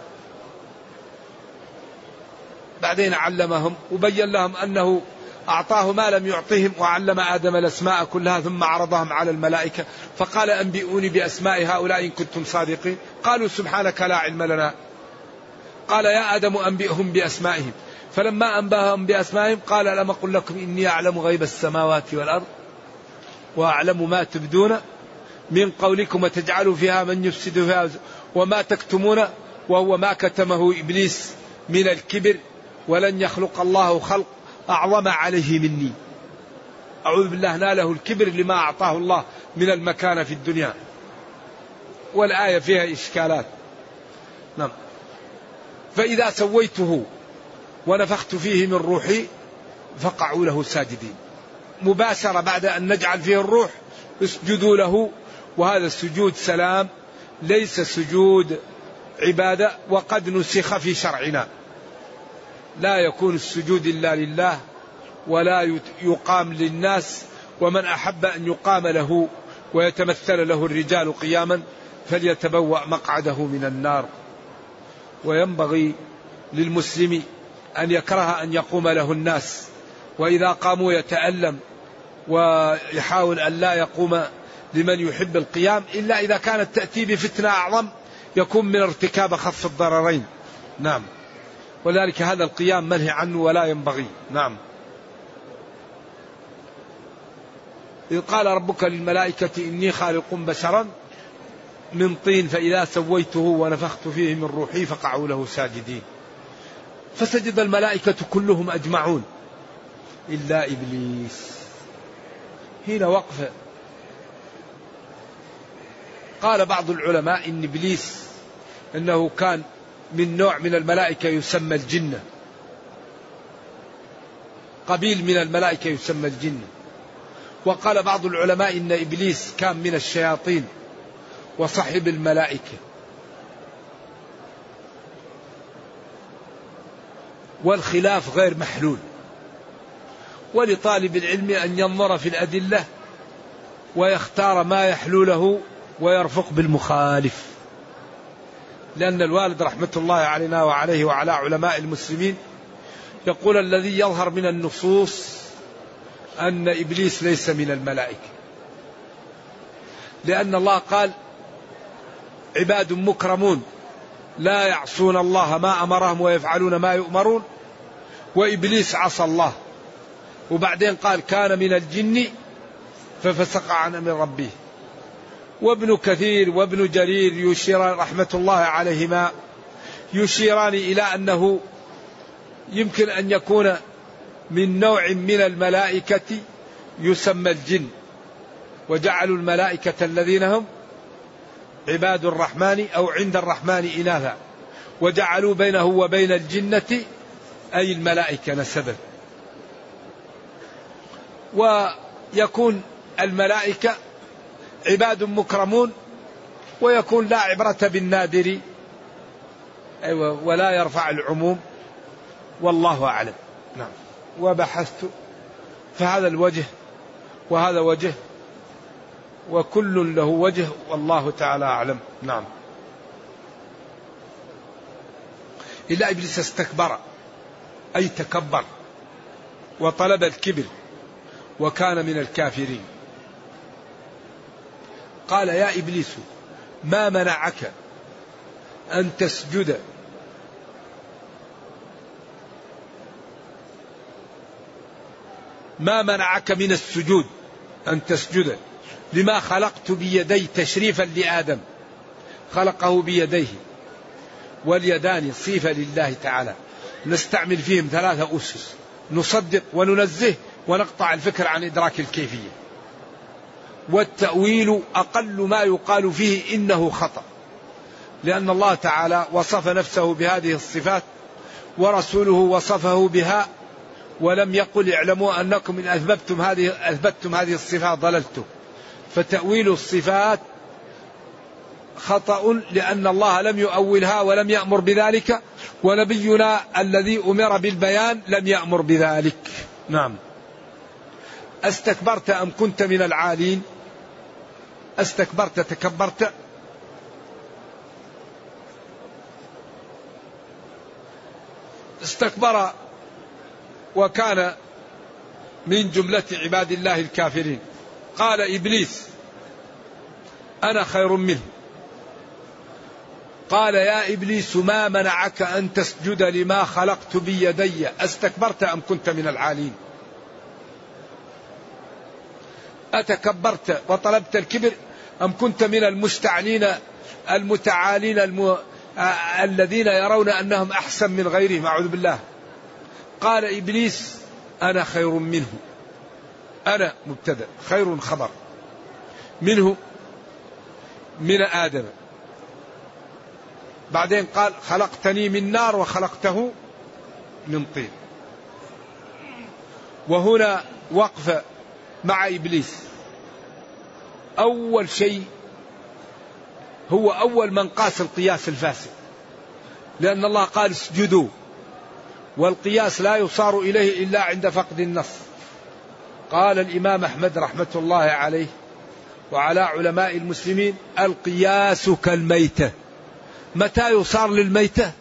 C: بعدين علمهم وبين لهم أنه أعطاه ما لم يعطهم وعلم آدم الأسماء كلها ثم عرضهم على الملائكة فقال أنبئوني بأسماء هؤلاء إن كنتم صادقين. قالوا سبحانك لا علم لنا. قال يا آدم أنبئهم بأسمائهم. فلما أنبأهم بأسمائهم قال ألم أقل لكم إني أعلم غيب السماوات والأرض وأعلم ما تبدون من قولكم وتجعلوا فيها من يفسد فيها وما تكتمون وهو ما كتمه إبليس من الكبر ولن يخلق الله خلق أعظم عليه مني. أعوذ بالله ناله الكبر لما أعطاه الله من المكانة في الدنيا. والآية فيها إشكالات. نعم. فإذا سويته ونفخت فيه من روحي فقعوا له ساجدين. مباشرة بعد أن نجعل فيه الروح اسجدوا له. وهذا السجود سلام ليس سجود عبادة. وقد نسخ في شرعنا لا يكون السجود إلا لله ولا يقام للناس. ومن أحب أن يقام له ويتمثل له الرجال قياما فليتبوأ مقعده من النار. وينبغي للمسلم أن يكره أن يقوم له الناس وإذا قاموا يتألم ويحاول أن لا يقوم لمن يحب القيام، إلا إذا كانت تأتي بفتنة أعظم يكون من ارتكاب أخف الضررين. نعم. ولذلك هذا القيام منهي عنه ولا ينبغي. نعم. إذ قال ربك للملائكة إني خالق بشرا من طين فإذا سويته ونفخت فيه من روحي فقعوا له ساجدين. فسجد الملائكة كلهم أجمعون إلا إبليس. هنا وقفة. قال بعض العلماء إن إبليس أنه كان من نوع من الملائكة يسمى الجنة، قبيل من الملائكة يسمى الجنة. وقال بعض العلماء إن إبليس كان من الشياطين وصحب الملائكة. والخلاف غير محلول، ولطالب العلم أن ينظر في الأدلة ويختار ما يحلو له ويرفق بالمخالف. لأن الوالد رحمة الله علينا وعليه وعلى علماء المسلمين يقول الذي يظهر من النصوص أن إبليس ليس من الملائكة، لأن الله قال عباد مكرمون لا يعصون الله ما أمرهم ويفعلون ما يؤمرون، وإبليس عصى الله. وبعدين قال كان من الجن ففسق عن أمر ربه. وابن كثير وابن جرير يشير رحمة الله عليهما يشيران إلى أنه يمكن أن يكون من نوع من الملائكة يسمى الجن، وجعلوا الملائكة الذين هم عباد الرحمن أو عند الرحمن إناثا، وجعلوا بينه وبين الجنة أي الملائكة نسبا. ويكون الملائكة عباد مكرمون، ويكون لا عبرة بالنادر ولا يرفع العموم، والله أعلم. نعم. وبحثت فهذا الوجه وهذا وجه وكل له وجه والله تعالى أعلم. نعم. إلا إبليس استكبر أي تكبر وطلب الكبر وكان من الكافرين. قال يا إبليس ما منعك أن تسجد ما منعك من السجود أن تسجد لما خلقت بيدي تشريفا لآدم، خلقه بيديه، واليدان صفة لله تعالى نستعمل فيهم 3 أسس: نصدق وننزه ونقطع الفكر عن إدراك الكيفية. والتأويل أقل ما يقال فيه إنه خطأ، لأن الله تعالى وصف نفسه بهذه الصفات ورسوله وصفه بها، ولم يقل اعلموا أنكم إن أثبتتم هذه الصفات ضللتم. فتأويل الصفات خطأ، لأن الله لم يؤولها ولم يأمر بذلك، ونبينا الذي أمر بالبيان لم يأمر بذلك. نعم. استكبرت أم كنت من العالين؟ استكبرت تكبرت، استكبر وكان من جملة عباد الله الكافرين. قال إبليس أنا خير منه. قال يا إبليس ما منعك أن تسجد لما خلقت بيدي استكبرت أم كنت من العالين؟ أتكبرت وطلبت الكبر أم كنت من المستعلين المتعالين الذين يرون أنهم أحسن من غيرهم؟ أعوذ بالله. قال إبليس أنا خير منه. أنا مبتدأ، خير خبر، منه من آدم. بعدين قال خلقتني من نار وخلقته من طين. وهنا وقفة مع إبليس. أول شيء هو أول من قاس القياس الفاسد، لأن الله قال اسجدوا، والقياس لا يصار إليه إلا عند فقد النص. قال الإمام أحمد رحمة الله عليه وعلى علماء المسلمين القياس كالميتة. متى يصار للميتة؟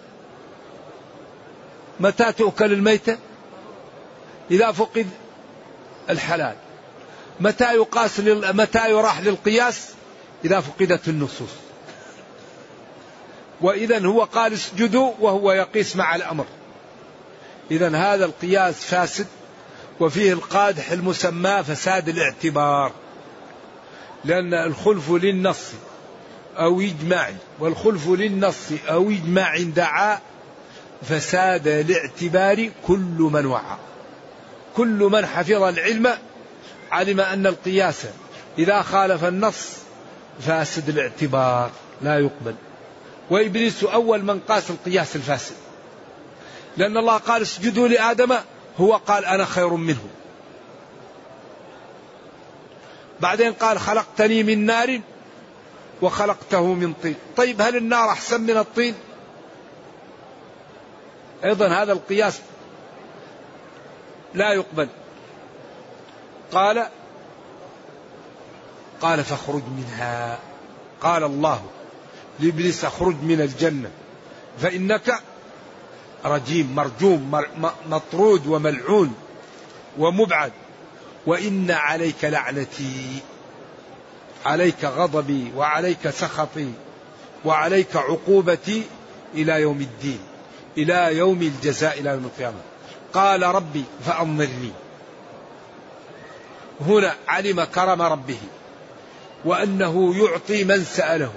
C: متى تؤكل الميتة؟ إذا فقد الحلال. متى يراح للقياس؟ إذا فقدت النصوص. وإذا هو قال اسجدوا وهو يقيس مع الأمر. إذا هذا القياس فاسد، وفيه القادح المسمى فساد الاعتبار، لأن الخلف للنص أو إجماع، والخلف للنص أو إجماع دعا فساد الاعتبار كل من وعى. كل من حفظ العلم علم أن القياس إذا خالف النص فاسد الاعتبار لا يقبل. وإبليس أول من قاس القياس الفاسد، لأن الله قال اسجدوا لآدم، هو قال أنا خير منه. بعدين قال خلقتني من نار وخلقته من طين. طيب هل النار أحسن من الطين؟ أيضا هذا القياس لا يقبل. قال فاخرج منها. قال الله لإبليس اخرج من الجنة فإنك رجيم مرجوم مطرود وملعون ومبعد، وإن عليك لعنتي، عليك غضبي وعليك سخطي وعليك عقوبتي إلى يوم الدين، إلى يوم الجزاء، إلى يوم القيامة. قال ربي فأنظرني. هنا علم كرم ربه وأنه يعطي من سأله،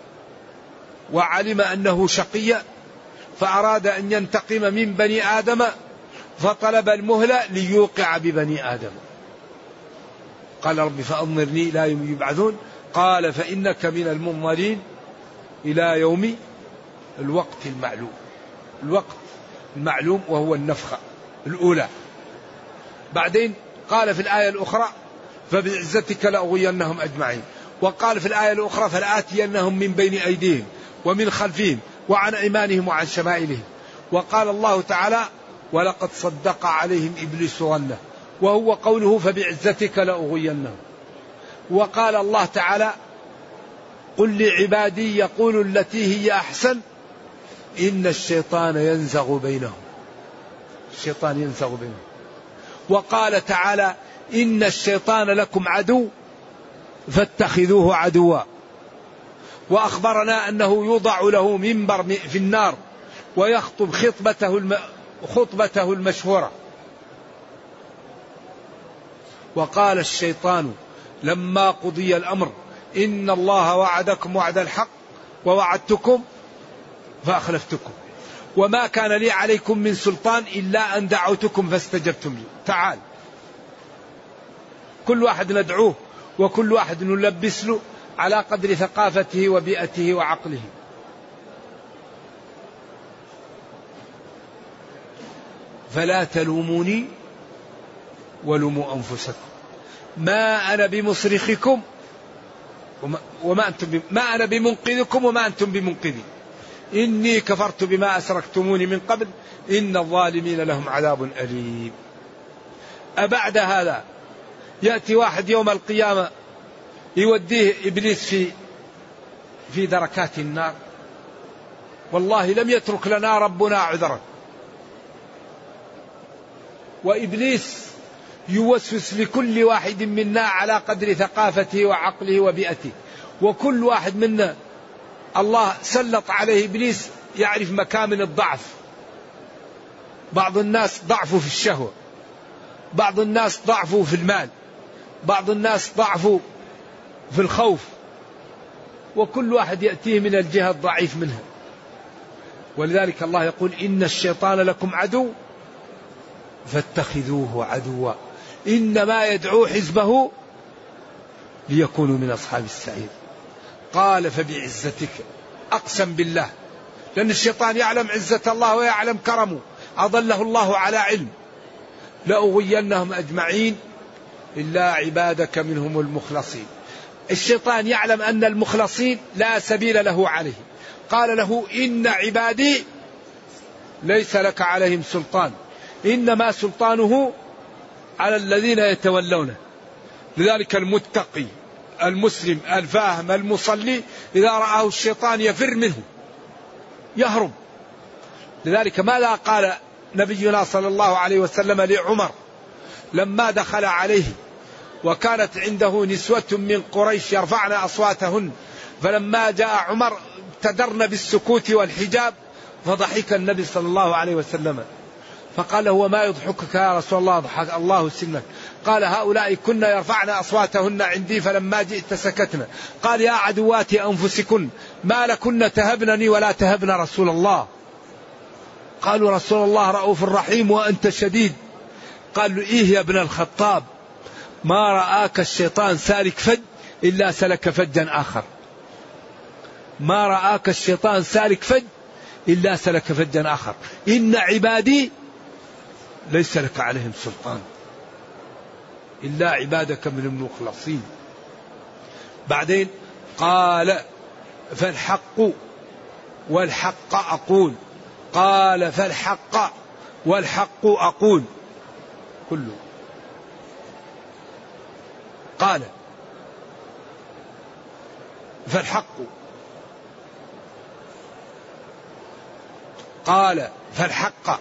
C: وعلم أنه شقي فأراد أن ينتقم من بني آدم فطلب المهلة ليوقع ببني آدم. قال رب فأنظرني إلى يوم يبعثون. قال فإنك من المنظرين إلى يوم الوقت المعلوم. الوقت المعلوم وهو النفخة الأولى. بعدين قال في الآية الأخرى فبعزتك لأغوينهم أجمعين. وقال في الآية الأخرى فلآتينهم من بين أيديهم ومن خلفهم وعن أيمانهم وعن شمائلهم. وقال الله تعالى ولقد صدق عليهم إبليس ظنه، وهو قوله فبعزتك لأغوينهم. وقال الله تعالى قل لعبادي يقولوا التي هي أحسن إن الشيطان ينزغ بينهم. الشيطان ينزغ بينهم. وقال تعالى إن الشيطان لكم عدو فاتخذوه عدوا. وأخبرنا أنه يوضع له منبر في النار ويخطب خطبته المشهورة. وقال الشيطان لما قضي الأمر إن الله وعدكم وعد الحق ووعدتكم فأخلفتكم وما كان لي عليكم من سلطان إلا أن دعوتكم فاستجبتم لي. تعال كل واحد ندعوه وكل واحد نلبس له على قدر ثقافته وبيئته وعقله. فلا تلوموني ولوموا أنفسكم ما أنا بمصرخكم ما أنا بمنقذكم وما أنتم بمنقذي إني كفرت بما أشركتموني من قبل إن الظالمين لهم عذاب أليم. أبعد هذا يأتي واحد يوم القيامة يوديه إبليس في دركات النار. والله لم يترك لنا ربنا عذرا. وإبليس يوسوس لكل واحد منا على قدر ثقافته وعقله وبيئته. وكل واحد منا الله سلط عليه إبليس يعرف مكامن الضعف. بعض الناس ضعفوا في الشهوة، بعض الناس ضعفوا في المال، بعض الناس ضعفوا في الخوف، وكل واحد يأتيه من الجهة الضعيف منها. ولذلك الله يقول إن الشيطان لكم عدو فاتخذوه عدوا إنما يدعو حزبه ليكونوا من أصحاب السعير. قال فبعزتك، أقسم بالله، لأن الشيطان يعلم عزة الله ويعلم كرمه، أضله الله على علم، لأغوينهم أجمعين إلا عبادك منهم المخلصين. الشيطان يعلم أن المخلصين لا سبيل له عليه. قال له إن عبادي ليس لك عليهم سلطان إنما سلطانه على الذين يتولونه. لذلك المتقي المسلم الفاهم المصلي إذا رآه الشيطان يفر منه يهرب. لذلك ماذا قال نبينا صلى الله عليه وسلم لعمر لما دخل عليه وكانت عنده نسوة من قريش يرفعن أصواتهن، فلما جاء عمر ابتدرن بالسكوت والحجاب، فضحك النبي صلى الله عليه وسلم فقال هو ما يضحكك يا رسول الله؟ ضحك الله سنك. قال هؤلاء كنا يرفعن أصواتهن عندي فلما جئت سكتنا. قال يا عدوات أنفسكن ما لكن تهبنني ولا تهبن رسول الله. قالوا رسول الله رؤوف رحيم وأنت شديد. قال له إيه يا ابن الخطاب، ما رآك الشيطان سالك فج إلا سلك فجا آخر، ما رآك الشيطان سالك فج إلا سلك فجا آخر، إن عبادي ليس لك عليهم سلطان إلا عبادك من المخلصين. بعدين قال فالحق والحق أقول، قال فالحق والحق أقول كله. قال فالحق، قال فالحق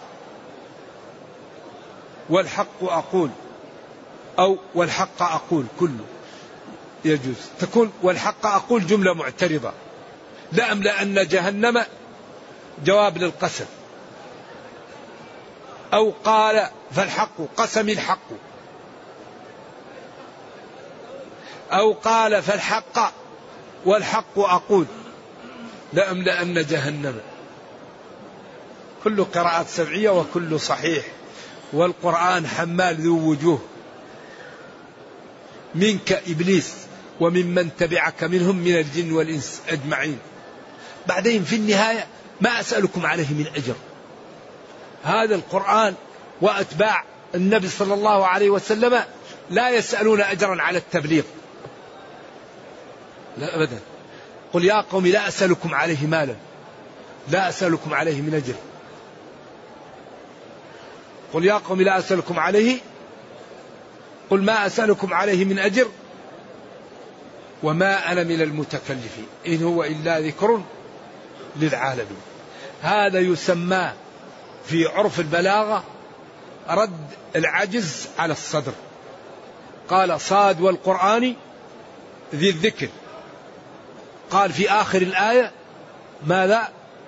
C: والحق أقول، أو والحق أقول كله يجوز. تكون والحق أقول جملة معترضة، لأملأن جهنم جواب للقسم، أو قال فالحق قسم الحق، أو قال فالحق والحق أقول لأملأن جهنم. كل قراءات سبعية وكل صحيح، والقرآن حمال ذو وجوه، منك إبليس وممن تبعك منهم من الجن والإنس أجمعين. بعدين في النهاية ما أسألكم عليه من أجر. هذا القرآن وأتباع النبي صلى الله عليه وسلم لا يسألون أجرا على التبليغ، لا أبدا. قل يا قوم لا أسألكم عليه مالا، لا أسألكم عليه من أجر. قل يا قوم لا أسألكم عليه، قل ما أسألكم عليه من أجر وما أنا من المتكلفين إن هو إلا ذكر للعالمين. هذا يسمى في عرف البلاغة رد العجز على الصدر. قال صاد والقرآن ذي الذكر، قال في آخر الآية ماذا؟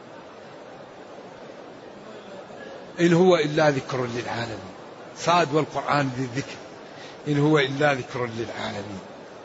C: إن هو إلا ذكر للعالمين. صاد والقرآن ذي الذكر إن هو إلا ذكر للعالمين.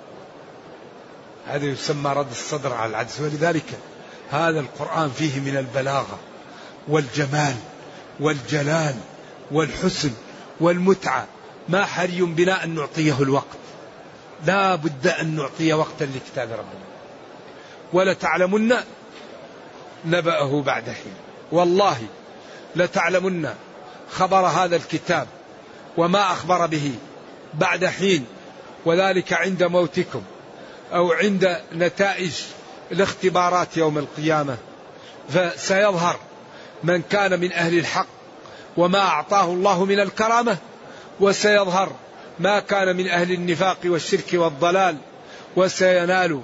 C: هذا يسمى رد الصدر على العجز. ولذلك هذا القرآن فيه من البلاغة والجمال والجلال والحسن والمتعة ما حري بنا أن نعطيه الوقت، لا بد أن نعطيه وقتا لكتاب ربنا. ولتعلمن نبأه بعد حين، والله لتعلمن خبر هذا الكتاب وما أخبر به بعد حين، وذلك عند موتكم أو عند نتائج الاختبارات يوم القيامة. فسيظهر من كان من أهل الحق وما أعطاه الله من الكرامة، وسيظهر ما كان من أهل النفاق والشرك والضلال، وسيناله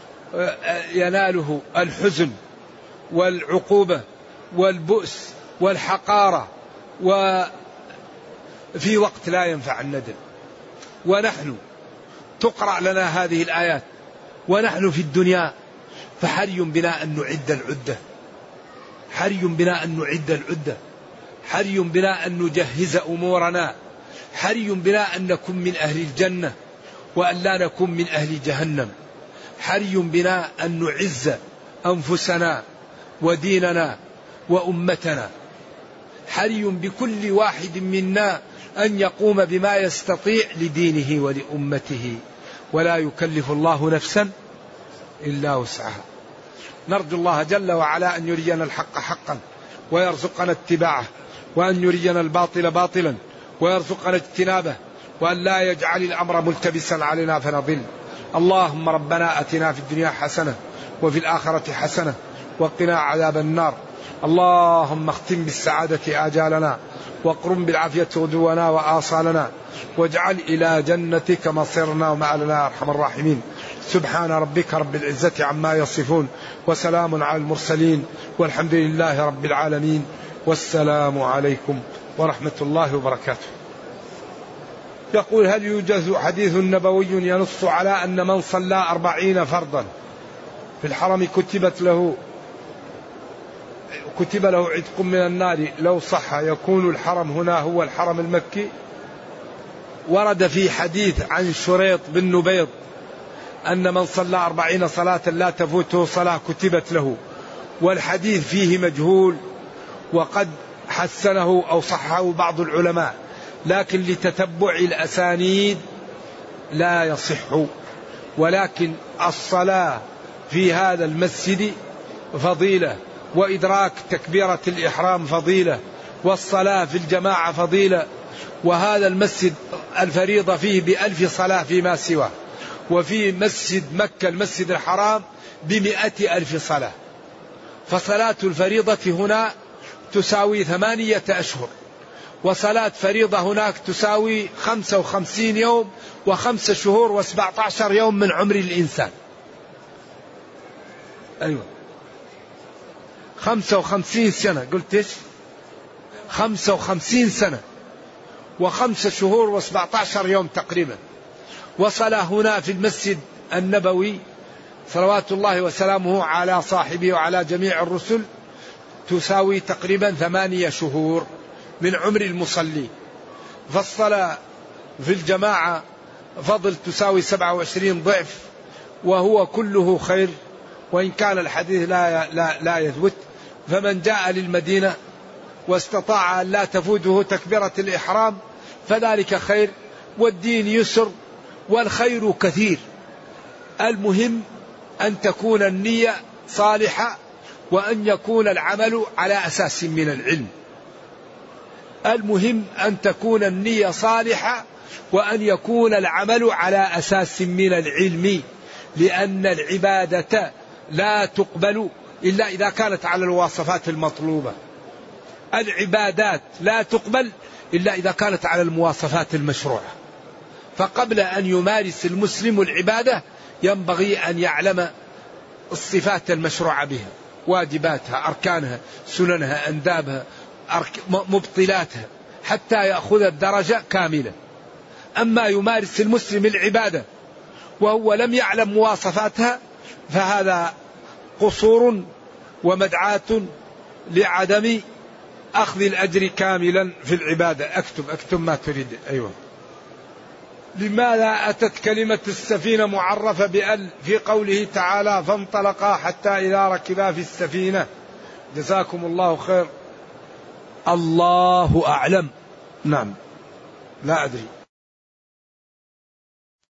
C: الحزن والعقوبة والبؤس والحقارة، وفي وقت لا ينفع الندم. ونحن تقرأ لنا هذه الآيات ونحن في الدنيا، فحري بنا أن نعد العدة، حري بنا أن نعد العدة، حري بنا أن نجهز أمورنا، حري بنا أن نكون من أهل الجنة وأن لا نكون من أهل جهنم، حري بنا أن نعز أنفسنا وديننا وأمتنا، حري بكل واحد منا أن يقوم بما يستطيع لدينه ولأمته، ولا يكلف الله نفسا إلا وسعها. نرجو الله جل وعلا أن يرينا الحق حقا ويرزقنا اتباعه، وأن يرينا الباطل باطلا ويرزقنا اجتنابه، وأن لا يجعل الأمر ملتبسا علينا فنضل. اللهم ربنا أتنا في الدنيا حسنة وفي الآخرة حسنة وقنا عذاب النار. اللهم اختم بالسعادة آجالنا، واقرم بالعافية غدونا وآصالنا، واجعل إلى جنتك مصيرنا ومآلنا يا أرحم الراحمين. سبحان ربك رب العزة عما يصفون، وسلام على المرسلين، والحمد لله رب العالمين، والسلام عليكم ورحمة الله وبركاته. يقول هل يوجد حديث نبوي ينص على أن من صلى 40 فرضا في الحرم كتب له عتق من النار؟ لو صح يكون الحرم هنا هو الحرم المكي. ورد في حديث عن شريط بن نبيض أن من صلى 40 صلاة لا تفوته صلاة كتبت له، والحديث فيه مجهول وقد حسنه أو صحه بعض العلماء، لكن لتتبع الأسانيد لا يصح. ولكن الصلاة في هذا المسجد فضيلة، وإدراك تكبيرة الإحرام فضيلة، والصلاة في الجماعة فضيلة، وهذا المسجد الفريضة فيه ب1000 صلاة فيما سواه، وفي مسجد مكة المسجد الحرام ب100,000 صلاة. فصلاة الفريضة هنا تساوي 8 أشهر، وصلاة فريضة هناك تساوي 55 يوم و5 شهور و17 يوم من عمر الإنسان. أيوة 55 سنة، قلت إيش؟ 55 سنة و5 شهور و17 يوم تقريبا. وصلاة هنا في المسجد النبوي صلوات الله وسلامه على صاحبه وعلى جميع الرسل تساوي تقريبا 8 شهور من عمر المصلي. فالصلاة في الجماعة فضل تساوي 27 ضعف، وهو كله خير، وإن كان الحديث لا يثبت. فمن جاء للمدينة واستطاع أن لا تفوته تكبيرة الإحرام فذلك خير، والدين يسر والخير كثير. المهم أن تكون النية صالحة، وأن يكون العمل على أساس من العلم. المهم أن تكون النية صالحة، وأن يكون العمل على أساس من العلم، لأن العبادة لا تقبل إلا إذا كانت على الواصفات المطلوبة. العبادات لا تقبل إلا إذا كانت على المواصفات المشروعة. فقبل أن يمارس المسلم العبادة ينبغي أن يعلم الصفات المشروعة بها، واجباتها، أركانها، سننها، أندابها، مبطلاتها، حتى يأخذ الدرجة كاملة. أما يمارس المسلم العبادة وهو لم يعلم مواصفاتها فهذا قصور ومدعاة لعدم أخذ الأجر كاملا في العبادة. أكتب ما تريد. أيوة. لماذا أتت كلمة السفينة معرفة بأل في قوله تعالى فانطلقا حتى إذا ركبا في السفينة؟ جزاكم الله خير. الله أعلم. نعم لا أدري.